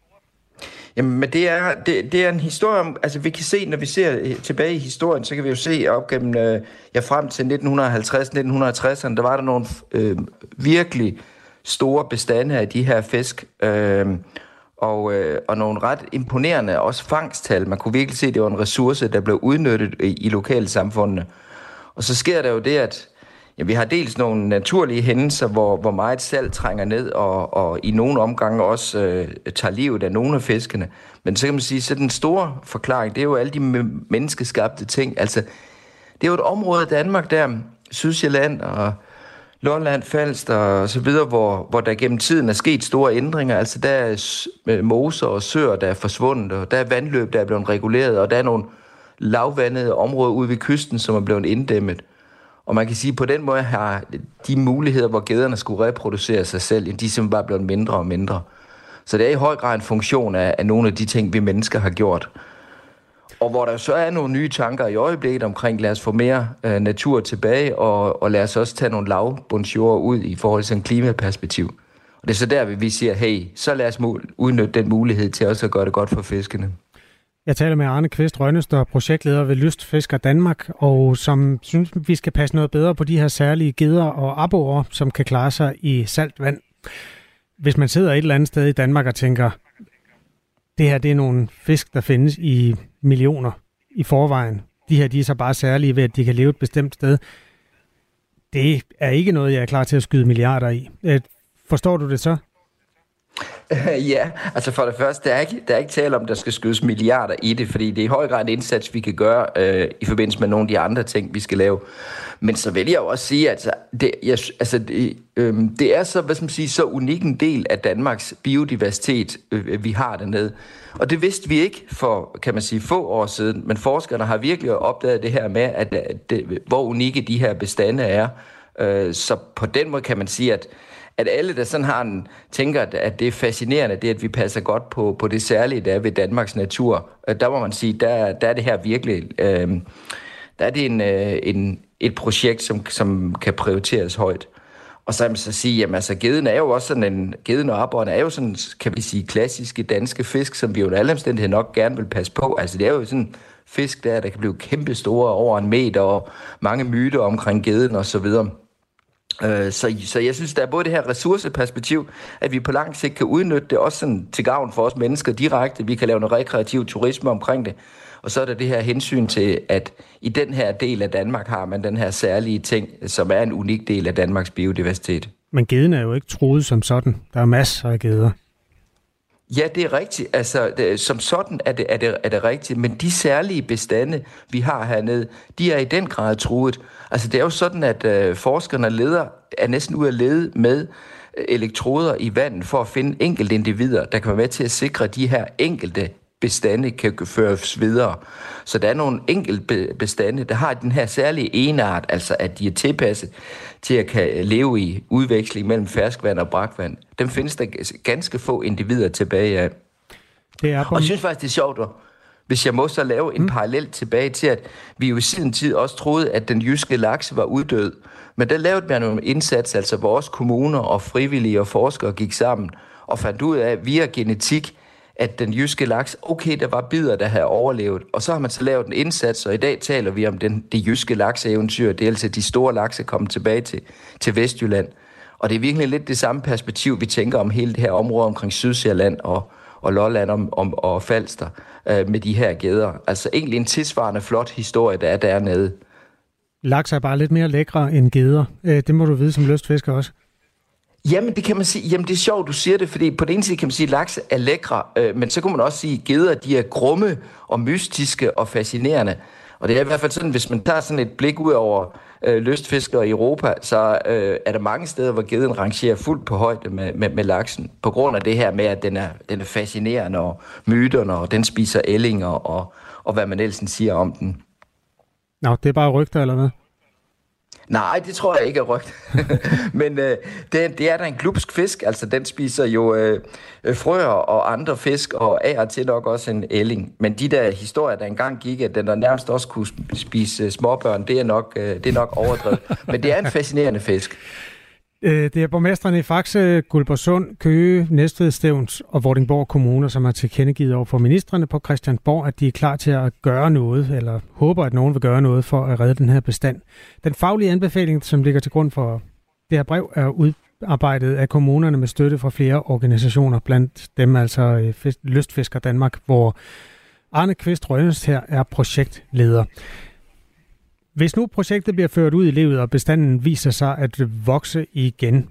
Jamen, men det er, det, det er en historie om, altså vi kan se, når vi ser tilbage i historien, så kan vi jo se op gennem, øh, ja frem til nitten halvtreds til nitten tresserne, der var der nogle øh, virkelig store bestande af de her fisk, øh, og, øh, og nogle ret imponerende, også fangsttal. Man kunne virkelig se, at det var en ressource, der blev udnyttet i, i lokale samfundene. Og så sker der jo det, at ja, vi har dels nogle naturlige hændelser, hvor, hvor meget salt trænger ned, og, og i nogle omgange også øh, tager livet af nogle af fiskene. Men så kan man sige, så den store forklaring, det er jo alle de menneskeskabte ting. Altså, det er jo et område af Danmark der, Sydsjælland og Lolland, Falster og så videre, hvor, hvor der gennem tiden er sket store ændringer. Altså, der er moser og søer, der er forsvundet, og der er vandløb, der er blevet reguleret, og der er nogle lavvandede områder ude ved kysten, som er blevet inddæmmet. Og man kan sige, at på den måde har de muligheder, hvor gederne skulle reproducere sig selv, de er simpelthen bare blevet mindre og mindre. Så det er i høj grad en funktion af, af nogle af de ting, vi mennesker har gjort. Og hvor der så er nogle nye tanker i øjeblikket omkring, lad os få mere øh, natur tilbage, og, og lad os også tage nogle lavbundsjord ud i forhold til en klimaperspektiv. Og det er så der, vi siger, hey, så lad os udnytte den mulighed til også at gøre det godt for fiskene. Jeg taler med Arne Kvist Rønnester, projektleder ved Lystfisker Danmark, og som synes, vi skal passe noget bedre på de her særlige geder og aborrer, som kan klare sig i saltvand. Hvis man sidder et eller andet sted i Danmark og tænker, det her det er nogle fisk, der findes i millioner i forvejen. De her de er så bare særlige ved, at de kan leve et bestemt sted. Det er ikke noget, jeg er klar til at skyde milliarder i. Forstår du det så? Ja, altså for det første, der er ikke, der er ikke tale om, at der skal skydes milliarder i det, fordi det er i høj grad en indsats, vi kan gøre øh, i forbindelse med nogle af de andre ting, vi skal lave. Men så vil jeg jo også sige, at altså, det, jeg, altså, det, øh, det er så, hvad skal man sige, så unik en del af Danmarks biodiversitet, øh, vi har dernede. Og det vidste vi ikke for, kan man sige, få år siden, men forskerne har virkelig opdaget det her med, at, at det, hvor unikke de her bestande er. Øh, så på den måde kan man sige, at at alle, der sådan har en, tænker, at det er fascinerende, det at vi passer godt på, på det særlige, der er ved Danmarks natur. Der må man sige, der, der er det her virkelig, øh, der er det en, øh, en, et projekt, som, som kan prioriteres højt. Og så kan man så sige, jamen altså, geden er jo også sådan en, geden og aborren er jo sådan, kan vi sige, klassiske danske fisk, som vi jo under alle omstændigheder nok gerne vil passe på. Altså det er jo sådan fisk der, der kan blive kæmpe store over en meter, og mange myter omkring geden og så videre. Så, så jeg synes, der er både det her ressourceperspektiv, at vi på lang sigt kan udnytte det, også sådan til gavn for os mennesker direkte. Vi kan lave noget rekreativ turisme omkring det. Og så er der det her hensyn til, at i den her del af Danmark har man den her særlige ting, som er en unik del af Danmarks biodiversitet. Men geden er jo ikke truet som sådan. Der er masser af geder. Ja, det er rigtigt. Altså, det, som sådan er det, er, det, er det rigtigt. Men de særlige bestande, vi har hernede, de er i den grad truet. Altså, det er jo sådan, at øh, forskerne leder, er næsten ude at lede med elektroder i vandet for at finde enkelte individer, der kan være med til at sikre, at de her enkelte bestande kan føres videre. Så der er nogle enkelte bestande, der har den her særlige enart, altså at de er tilpasset til at kan leve i udveksling mellem ferskvand og brakvand. Dem findes der ganske få individer tilbage af. Det er og jeg synes faktisk, det er sjovt, hvis jeg må så lave en mm. parallel tilbage til, at vi jo i sin tid også troede, at den jyske laks var uddød. Men der lavede man nogle indsats, altså vores kommuner og frivillige og forskere gik sammen og fandt ud af via genetik, at den jyske laks, okay, der var bidder, der havde overlevet. Og så har man så lavet en indsats, og i dag taler vi om den, det jyske lakseeventyr. Det er altså de store lakse kommet tilbage til, til Vestjylland. Og det er virkelig lidt det samme perspektiv, vi tænker om hele det her område omkring Sydsjælland og, og Lolland om, om, og Falster øh, med de her geder. Altså egentlig en tilsvarende flot historie, der er dernede. Laks er bare lidt mere lækre end geder. Det må du vide som lystfisker også. Jamen, det kan man sige. Jamen, det er sjovt, du siger det, fordi på den ene side kan man sige, at laks er lækre, øh, men så kan man også sige, at geder, de er grumme og mystiske og fascinerende. Og det er i hvert fald sådan, hvis man tager sådan et blik ud over øh, lystfiskere i Europa, så øh, er der mange steder, hvor gedden rangerer fuldt på højde med, med, med laksen, på grund af det her med, at den er, den er fascinerende, og myterne, og den spiser ællinger, og, og hvad man ellers siger om den. Nå, det er bare rygter, eller hvad? Nej, det tror jeg ikke er rygt. Men øh, det, det er da en glupsk fisk. Altså, den spiser jo øh, frøer og andre fisk, og af og til nok også en ælling. Men de der historier, der engang gik, at den der nærmest også kunne spise småbørn, det er nok, øh, det er nok overdrevet. Men det er en fascinerende fisk. Det er borgmestrene i Faxe, Guldborgsund, Køge, Næstved, Stevns og Vordingborg kommuner, som har tilkendegivet over for ministrene på Christiansborg, at de er klar til at gøre noget, eller håber, at nogen vil gøre noget for at redde den her bestand. Den faglige anbefaling, som ligger til grund for det her brev, er udarbejdet af kommunerne med støtte fra flere organisationer, blandt dem altså Lystfisker Danmark, hvor Arne Kvist Rønnest her er projektleder. Hvis nu projektet bliver ført ud i livet, og bestanden viser sig at vokse igen,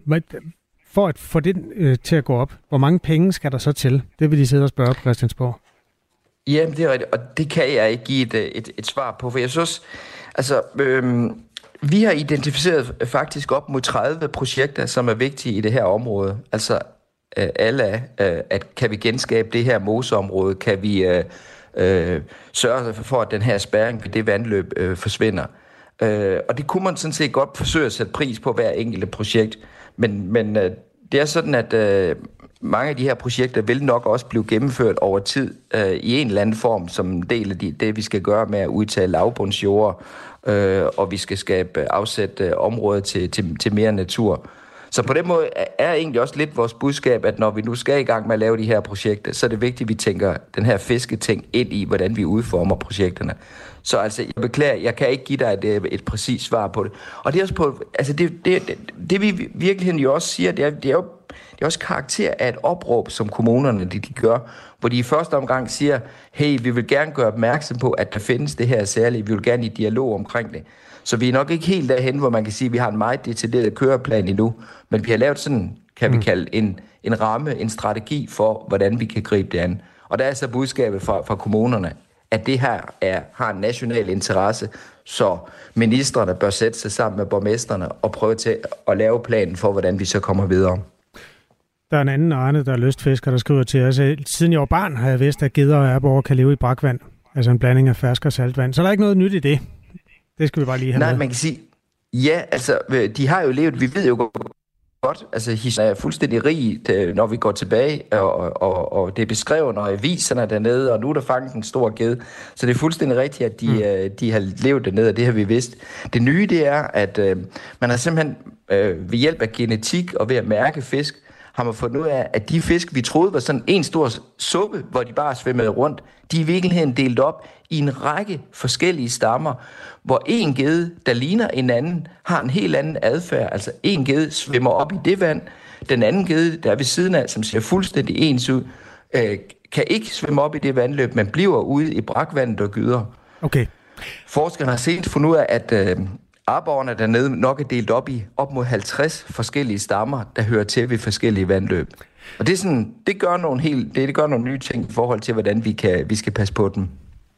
for at få det øh, til at gå op, hvor mange penge skal der så til? Det vil de sidde og spørge på Christiansborg. Jamen, det er rigtigt, og det kan jeg ikke give et, et, et svar på, for jeg synes, altså, øhm, vi har identificeret faktisk op mod tredive projekter, som er vigtige i det her område. Altså, øh, alle er, øh, at kan vi genskabe det her moseområde, kan vi... Øh, Øh, sørge for, at den her spærring ved det vandløb øh, forsvinder. Øh, og det kunne man sådan set godt forsøge at sætte pris på hver enkelte projekt. Men, men øh, det er sådan, at øh, mange af de her projekter vil nok også blive gennemført over tid øh, i en eller anden form, som del af de, det, vi skal gøre med at udtage lavbundsjord, øh, og vi skal skabe afsætte områder til, til, til mere natur. Så på den måde er egentlig også lidt vores budskab, at når vi nu skal i gang med at lave de her projekter, så er det vigtigt, at vi tænker den her fisketing ind i, hvordan vi udformer projekterne. Så altså, jeg beklager, jeg kan ikke give dig et, et præcist svar på det. Og det er også på, altså det, det, det, det vi virkeligheden jo også siger, det er, det er jo det er også karakter af et opråb, som kommunerne de, de gør, hvor de i første omgang siger, hey, vi vil gerne gøre opmærksom på, at der findes det her særligt, vi vil gerne i dialog omkring det. Så vi er nok ikke helt derhen, hvor man kan sige, at vi har en meget detaljeret køreplan endnu, men vi har lavet sådan, kan vi kalde, en, en ramme, en strategi for, hvordan vi kan gribe det an. Og der er så budskabet fra, fra kommunerne, at det her er, har en national interesse, så ministrene bør sætte sig sammen med borgmesterne og prøve til at lave planen for, hvordan vi så kommer videre. Der er en anden Arne, der er lystfisker, der skriver til os, siden jeg var barn, har jeg vidst, at gedder og aborrer kan leve i brakvand, altså en blanding af fersk og saltvand. Så der er ikke noget nyt i det. Det skal vi bare lige have Nej, med. man kan sige, ja, altså, de har jo levet, vi ved jo godt, altså, historien er fuldstændig rig, når vi går tilbage, og, og, og det er beskrevet, og aviserne dernede, og nu er der fanget en stor ged. Så det er fuldstændig rigtigt, at de, mm. de har levet dernede, og det har vi vidst. Det nye, det er, at øh, man har simpelthen øh, ved hjælp af genetik og ved at mærke fisk, har man fundet ud af, at de fisk, vi troede var sådan en stor suppe, hvor de bare svømmede rundt, de er i virkeligheden delt op i en række forskellige stammer, hvor en gede, der ligner en anden, har en helt anden adfærd. Altså en gede svømmer op i det vand, den anden gede, der er ved siden af, som ser fuldstændig ens ud, øh, kan ikke svømme op i det vandløb, men bliver ude i brakvandet og gyder. Okay. Forskerne har set fundet ud af, at øh, aborrene dernede nok er delt op i op mod halvtreds forskellige stammer, der hører til ved forskellige vandløb. Og det, er sådan, det, gør nogle helt, det, det gør nogle nye ting i forhold til, hvordan vi, kan, vi skal passe på dem.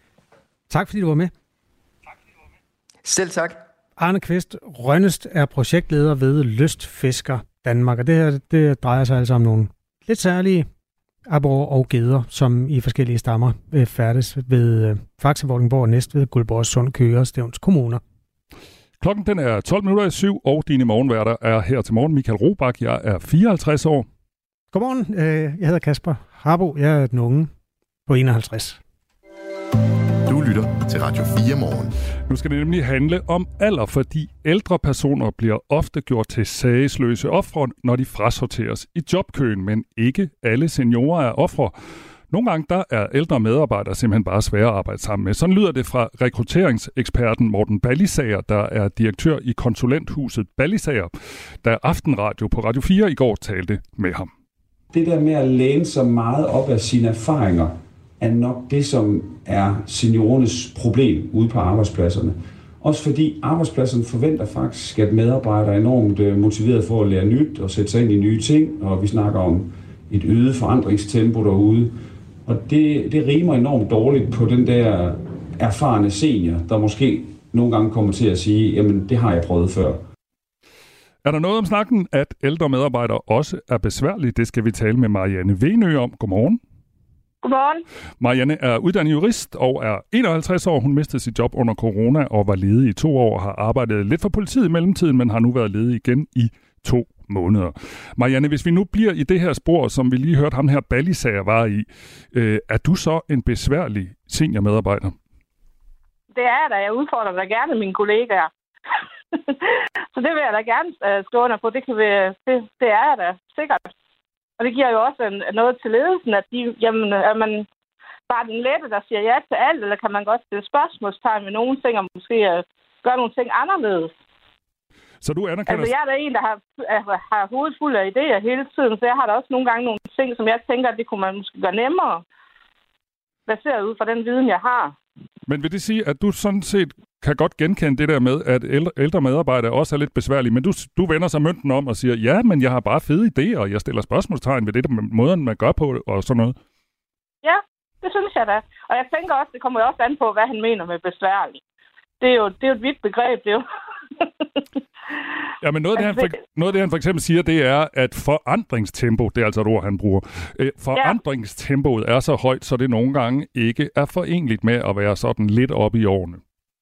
Tak fordi du var med. Selv tak. Arne Kvist Rønnest er projektleder ved Lystfisker Danmark, og det her det drejer sig altså om nogle lidt særlige aborrer og geder, som i forskellige stammer færdes ved Faxe, Vordingborg, Næstved, Guldborgsund, Køge og Stevns kommuner. Klokken den er tolv minutter i syv, og dine morgenværter er her til morgen. Michael Robach, jeg er fireoghalvtreds år. Godmorgen, jeg hedder Kasper Harbo, jeg er den unge på enoghalvtreds. Du lytter til Radio fire Morgen. Nu skal det nemlig handle om alder, fordi ældre personer bliver ofte gjort til sagesløse ofre, når de frasorteres i jobkøen, men ikke alle seniorer er ofre. Nogle gange der er ældre medarbejdere simpelthen bare svære at arbejde sammen med. Sådan lyder det fra rekrutteringseksperten Morten Ballisager, der er direktør i konsulenthuset Ballisager, da Aftenradio på Radio fire i går talte med ham. Det der med at læne sig meget op af sine erfaringer, er nok det, som er seniorernes problem ude på arbejdspladserne. Også fordi arbejdspladserne forventer faktisk, at medarbejdere er enormt motiveret for at lære nyt og sætte sig ind i nye ting, og vi snakker om et øget forandringstempo derude. Og det, det rimer enormt dårligt på den der erfarne senior, der måske nogle gange kommer til at sige, jamen det har jeg prøvet før. Er der noget om snakken, at ældre medarbejdere også er besværlige? Det skal vi tale med Marianne Venø om. Godmorgen. Godmorgen. Marianne er uddannet jurist og er enoghalvtreds år. Hun mistede sit job under corona og var ledig i to år og har arbejdet lidt for politiet i mellemtiden, men har nu været ledig igen i to måneder. Marianne, hvis vi nu bliver i det her spor, som vi lige hørte ham her Ballisager var i, øh, er du så en besværlig seniormedarbejder? Det er jeg da. Jeg udfordrer da gerne mine kollegaer. Så det vil jeg da gerne uh, stå under på. Det, kan vi, det, det er jeg da sikkert. Og det giver jo også en, noget til ledelsen, at de, jamen, er man bare den lette, der siger ja til alt, eller kan man godt stille spørgsmålstegn med nogle ting, og måske uh, gøre nogle ting anderledes. Så du anerkender... Altså, jeg er da en, der har, har hovedet fuld af idéer hele tiden, så jeg har da også nogle gange nogle ting, som jeg tænker, at det kunne man måske gøre nemmere, baseret ud fra den viden, jeg har. Men vil det sige, at du sådan set kan godt genkende det der med, at ældre, ældre medarbejdere også er lidt besværlige, men du, du vender sig mønten om og siger, ja, men jeg har bare fede idéer, og jeg stiller spørgsmålstegn ved det, der måden, man gør på og sådan noget? Ja, det synes jeg da. Og jeg tænker også, det kommer jo også an på, hvad han mener med besværlig. Det er jo, det er jo et vidt begreb, det er jo. Ja, men noget af, det, han for, noget af det, han for eksempel siger, det er, at forandringstempo, det er altså et ord, han bruger, øh, forandringstempoet er så højt, så det nogle gange ikke er forenligt med at være sådan lidt oppe i årene.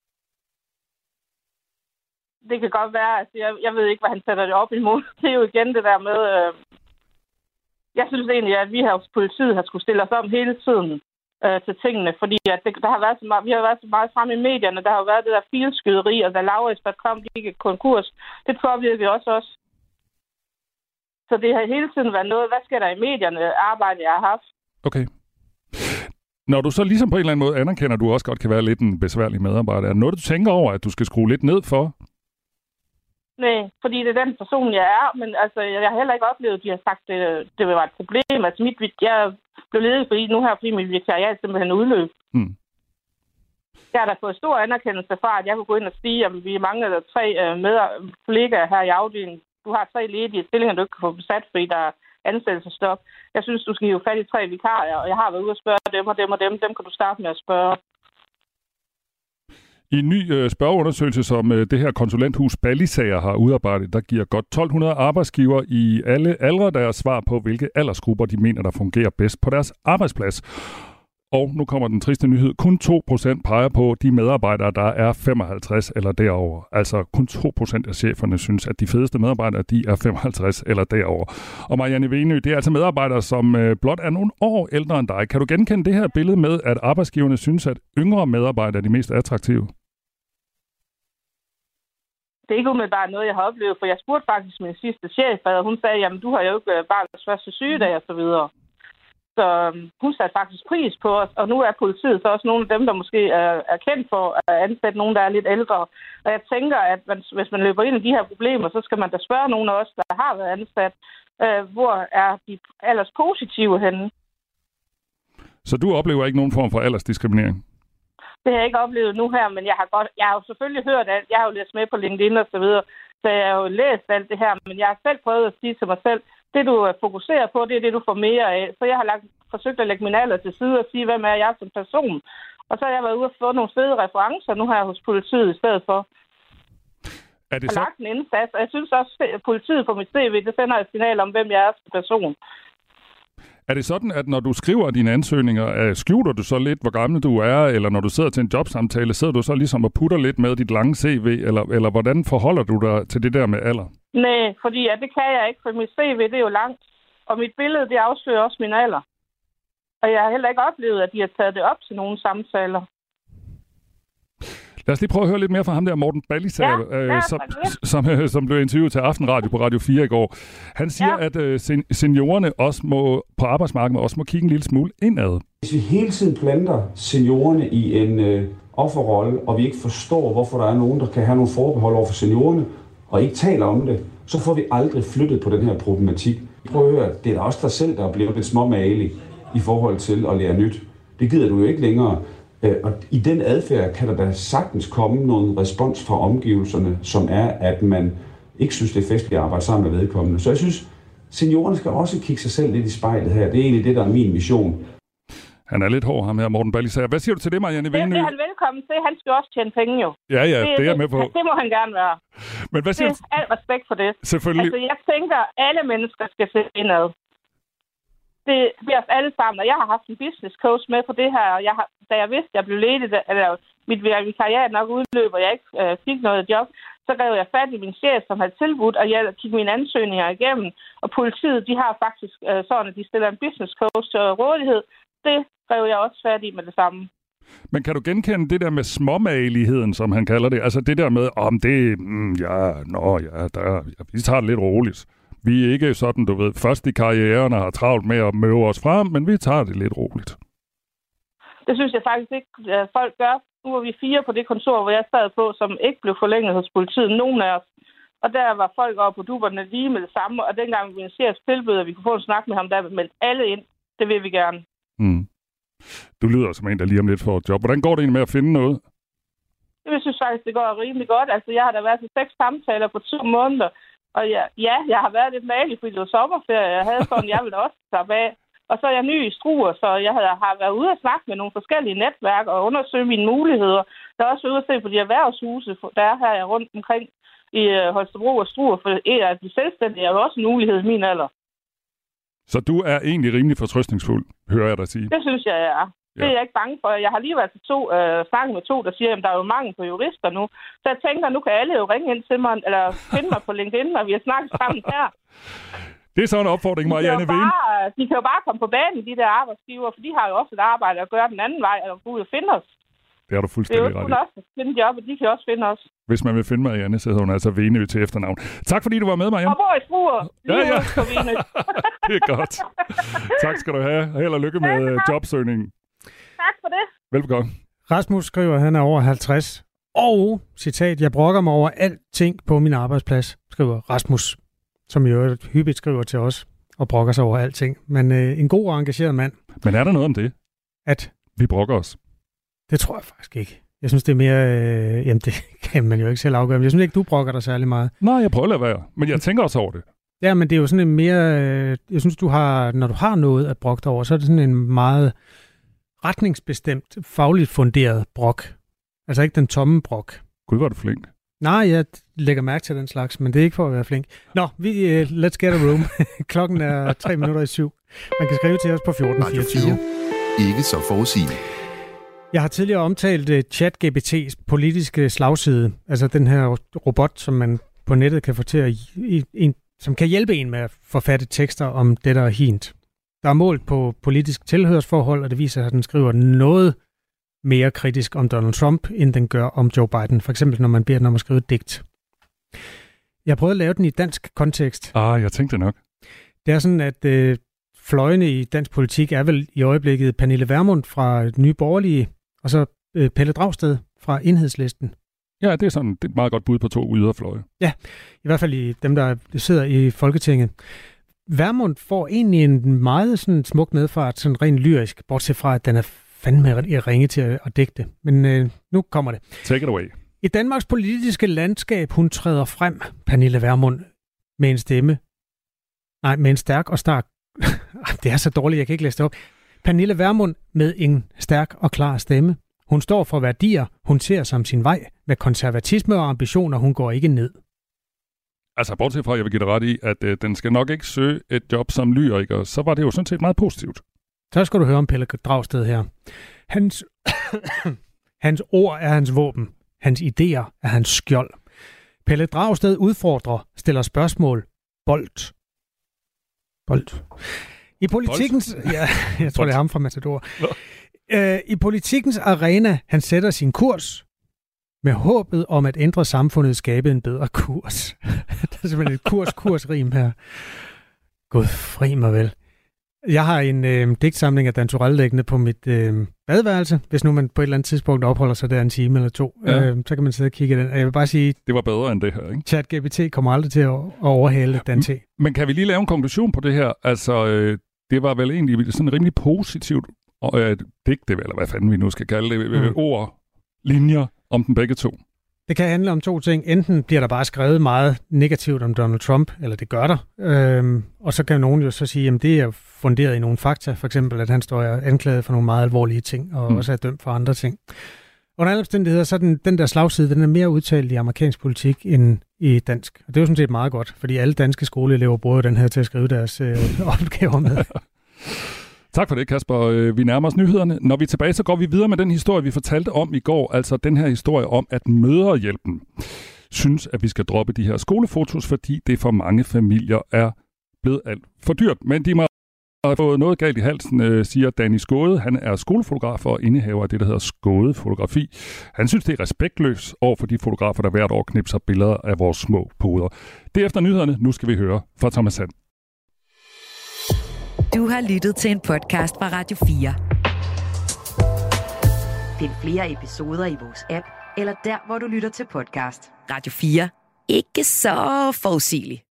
Det kan godt være, altså jeg, jeg ved ikke, hvad han sætter det op imod. Det er jo igen det der med, øh, jeg synes egentlig, at vi her hos politiet har skulle stille os om hele tiden øh, til tingene, fordi at det, der har været så meget, vi har været så meget fremme i medierne, der har jo været det der filskyderi, og da Lauritz kom, gik et konkurs, det påvirker også os. Så det har hele tiden været noget, hvad sker der i medierne, arbejde jeg har haft. Okay. Når du så ligesom på en eller anden måde anerkender, at du også godt kan være lidt en besværlig medarbejder, er det noget, du tænker over, at du skal skrue lidt ned for? Nej, fordi det er den person, jeg er, men altså, jeg har heller ikke oplevet, at de har sagt, at det, det var et problem. Altså, mit, jeg blev ledet fordi nu her, fordi mit vikariat simpelthen udløb. Mm. Jeg har da fået stor anerkendelse fra, at jeg kunne gå ind og sige, at vi mangler tre uh, med kollegaer her i afdelingen. Du har tre ledige stillinger, du ikke kan få besat, fordi der er ansættelsesstop. Jeg synes, du skal hive fat i tre vikarer, og jeg har været ude og spørge dem og dem og dem. Dem kan du starte med at spørge. I en ny øh, spørgeundersøgelse, som øh, det her konsulenthus Ballisager har udarbejdet, der giver godt tolv hundrede arbejdsgivere i alle aldre deres svar på, hvilke aldersgrupper de mener, der fungerer bedst på deres arbejdsplads. Og nu kommer den triste nyhed. Kun to procent peger på de medarbejdere, der er femoghalvtreds eller derover. Altså kun to procent af cheferne synes, at de fedeste medarbejdere, de er femoghalvtreds eller derover. Og Marianne Venø, det er altså medarbejdere, som øh, blot er nogle år ældre end dig. Kan du genkende det her billede med, at arbejdsgiverne synes, at yngre medarbejdere er de mest attraktive? Det er ikke umiddelbart noget, jeg har oplevet, for jeg spurgte faktisk min sidste chef, og hun sagde, jamen du har jo ikke barnets første sygedag og så videre. Så hun satte faktisk pris på os, og nu er politiet så også nogle af dem, der måske er, er kendt for at ansætte nogen, der er lidt ældre. Og jeg tænker, at man, hvis man løber ind i de her problemer, så skal man da spørge nogen af os, der har været ansat, øh, hvor er de alderspositive henne. Så du oplever ikke nogen form for aldersdiskriminering? Det har jeg ikke oplevet nu her, men jeg har godt, jeg har jo selvfølgelig hørt alt. Jeg har jo læst med på LinkedIn og så videre, så jeg har jo læst alt det her, men jeg har selv prøvet at sige til mig selv, det du fokuserer på, det er det, du får mere af. Så jeg har lagt, forsøgt at lægge min alder til side og sige, hvem er jeg som person. Og så har jeg været ude og få nogle fede referencer nu her hos politiet i stedet for. Er det så? Og lagt en indsats, og jeg synes også, at politiet på mit C V, det sender et signal om, hvem jeg er som person. Er det sådan, at når du skriver dine ansøgninger, skjuler du så lidt, hvor gammel du er, eller når du sidder til en jobsamtale, sidder du så ligesom og putter lidt med dit lange C V, eller, eller hvordan forholder du dig til det der med alder? Nej, fordi ja, det kan jeg ikke, for mit C V det er jo langt, og mit billede det afslører også min alder. Og jeg har heller ikke oplevet, at de har taget det op til nogle samtaler. Lad os lige prøve at høre lidt mere fra ham der, Morten Ballisager, ja, øh, ja, som, som, øh, som blev interviewet til Aftenradio på Radio fire i går. Han siger, ja. at øh, sen- seniorerne også må, på arbejdsmarkedet også må kigge en lille smule indad. Hvis vi hele tiden planter seniorerne i en øh, offerrolle, og vi ikke forstår, hvorfor der er nogen, der kan have nogle forbehold over for seniorerne, og ikke taler om det, så får vi aldrig flyttet på den her problematik. Prøv at høre, det er også dig selv, der er blevet lidt småmagelig i forhold til at lære nyt. Det gider du jo ikke længere. Og i den adfærd kan der da sagtens komme nogen respons fra omgivelserne, som er, at man ikke synes, det er festligt at arbejde sammen med vedkommende. Så jeg synes, seniorerne skal også kigge sig selv lidt i spejlet her. Det er egentlig det, der er min mission. Han er lidt hård, ham her, Morten Ballisager. Hvad siger du til det, Marianne Vindø? Det er han velkommen til. Han skal også tjene penge jo. Ja, ja, det, det er jeg med på. Det, det må han gerne være. Men hvad siger det er al respekt for det. Selvfølgelig. Altså, jeg tænker, at alle mennesker skal se indad. Det bliver os alle sammen, og jeg har haft en business coach med på det her, og jeg har, da jeg vidste, at jeg blev ledig, eller mit vikariat nok udløb, og jeg ikke øh, fik noget job, så gav jeg fat i min chef, som havde tilbudt, og jeg kiggede mine ansøgninger igennem, og politiet, de har faktisk øh, sådan, at de stiller en business coach til rådighed. Det gav jeg også fat i med det samme. Men kan du genkende det der med småmageligheden, som han kalder det? Altså det der med, om det, mm, ja, nå, ja, der, ja, vi tager det lidt roligt. Vi er ikke sådan, du ved, først i karrieren og har travlt med at møve os frem, men vi tager det lidt roligt. Det synes jeg faktisk ikke, at folk gør. Nu var vi fire på det kontor, hvor jeg sad på, som ikke blev forlænget hos politiet, nogen af os. Og der var folk oppe på duberne lige med det samme, og dengang vi chef tilbød, at vi kunne få en snak med ham, der meldte alle ind. Det vil vi gerne. Mm. Du lyder som en, der lige om lidt får et job. Hvordan går det egentlig med at finde noget? Jeg synes faktisk, det går rimelig godt. Altså, jeg har da været til seks samtaler på to måneder. Og ja, ja, jeg har været lidt malig, fordi det var sommerferie. Jeg havde sådan, jeg ville også tage af. Og så er jeg ny i Struer, så jeg har været ude at snakke med nogle forskellige netværk og undersøge mine muligheder. Der er også ude at se på de erhvervshuse, der er her rundt omkring i Holstebro og Struer, for at de selvstændige er jo også en mulighed i min alder. Så du er egentlig rimelig fortrøstningsfuld, hører jeg dig sige? Det synes jeg, jeg er. Ja. Det er jeg ikke bange for. Jeg har lige været til to, øh, snakket med to, der siger, at der er jo mangel på jurister nu. Så jeg tænker, nu kan alle jo ringe ind til mig, eller finde mig på LinkedIn, når vi har snakket sammen her. Det er sådan en opfordring, Marianne Vind. De kan jo bare komme på banen, de der arbejdsgiver, for de har jo også et arbejde at gøre den anden vej, eller gå ud og finde os. Det har du fuldstændig ret i. Det er jo kun også at finde job, og de kan også finde os. Hvis man vil finde Marianne, så hedder hun altså Venø til efternavn. Tak fordi du var med, Marianne. Og bor i Struer. Ja, ja. Det er godt. Tak skal du have. Held og lykke med ja, jobsøgningen. Tak for det. Velbekomme. Rasmus skriver, at han er over halvtreds. Og, citat, jeg brokker mig over alting på min arbejdsplads, skriver Rasmus, som jo hyppigt skriver til os og brokker sig over alting. Men øh, en god og engageret mand. Men er der noget om det? At? Vi brokker os. Det tror jeg faktisk ikke. Jeg synes, det er mere... Øh, jamen, det kan man jo ikke selv afgøre. Men jeg synes ikke, du brokker dig særlig meget. Nej, jeg prøver at lade være. Men jeg tænker også over det. Ja, men det er jo sådan en mere... Øh, jeg synes, du har, når du har noget at brokke dig over, så er det sådan en meget retningsbestemt, fagligt funderet brok. Altså ikke den tomme brok. Gud, var du flink. Nej, jeg lægger mærke til den slags, men det er ikke for at være flink. Nå, vi, uh, let's get a room. Klokken er tre minutter i syv. Man kan skrive til os på fjorten fireogtyve. Ikke så forudsigende. Jeg har tidligere omtalt uh, ChatGPT's politiske slagside, altså den her robot, som man på nettet kan få til at, i, en, som kan hjælpe en med at forfatte tekster om det, der er hint. Der er målt på politisk tilhørsforhold, og det viser sig, at den skriver noget mere kritisk om Donald Trump, end den gør om Joe Biden. For eksempel, når man beder den om at skrive et digt. Jeg har prøvet at lave den i dansk kontekst. Ah, jeg tænkte nok. Det er sådan, at øh, fløjene i dansk politik er vel i øjeblikket Pernille Vermund fra Nye Borgerlige, og så øh, Pelle Dragsted fra Enhedslisten. Ja, det er sådan det er et meget godt bud på to yderfløje. Ja, i hvert fald i dem, der sidder i Folketinget. Vermund får egentlig en meget sådan smuk medfart, sådan rent lyrisk, bortset fra, at den er fandme ringe til at, at digte. Men øh, nu kommer det. Take it away. I Danmarks politiske landskab, hun træder frem, Pernille Vermund, med en stemme. Nej, med en stærk og stærk... det er så dårligt, jeg kan ikke læse det op. Pernille Vermund med en stærk og klar stemme. Hun står for værdier, hun ser som sin vej. Med konservatisme og ambitioner, hun går ikke ned. Altså, bortset fra, at jeg vil give dig ret i, at øh, den skal nok ikke søge et job som lyriker, så var det jo sådan set meget positivt. Så skal du høre om Pelle Dragsted her. Hans, hans ord er hans våben. Hans idéer er hans skjold. Pelle Dragsted udfordrer, stiller spørgsmål. Bold. Bold. I politikens... Bold. Ja, jeg tror, Bold. Det er ham fra Matador. Uh, I politikens arena, han sætter sin kurs med håbet om at ændre samfundet, skabe en bedre kurs. Der er simpelthen et kurs-kurs-rim her. Gud fri mig vel. Jeg har en øh, digtsamling af Dan Turell liggende på mit øh, badeværelse. Hvis nu man på et eller andet tidspunkt opholder sig der en time eller to, ja. øh, så kan man sidde og kigge i den. Jeg vil bare sige... Det var bedre end det her, ikke? ChatGPT kommer aldrig til at, at overhale Dan T. Men kan vi lige lave en konklusion på det her? Altså, øh, det var vel egentlig sådan rimelig positivt øh, digte, eller hvad fanden vi nu skal kalde det, mm. ord, linjer om den begge to. Det kan handle om to ting. Enten bliver der bare skrevet meget negativt om Donald Trump, eller det gør der. Øhm, og så kan nogen jo så sige, at det er funderet i nogle fakta. For eksempel, at han står anklaget for nogle meget alvorlige ting, og mm. også er dømt for andre ting. Under alle omstændigheder, så er den, den der slagside, den er mere udtalt i amerikansk politik end i dansk. Og det er jo sådan set meget godt, fordi alle danske skoleelever bruger den her til at skrive deres øh, opgaver med. Tak for det, Kasper. Vi nærmer os nyhederne. Når vi er tilbage, så går vi videre med den historie, vi fortalte om i går. Altså den her historie om, at Mødrehjælpen synes, at vi skal droppe de her skolefotos, fordi det for mange familier er blevet alt for dyrt. Men de må have fået noget galt i halsen, siger Danny Skåde. Han er skolefotograf og indehaver af det, der hedder Skåde Fotografi. Han synes, det er respektløst over for de fotografer, der hvert år knipser billeder af vores små poder. Det er efter nyhederne. Nu skal vi høre fra Thomas Sand. Du har lyttet til en podcast fra Radio fire. Find flere episoder i vores app, eller der, hvor du lytter til podcast. Radio fire. Ikke så forudsigeligt.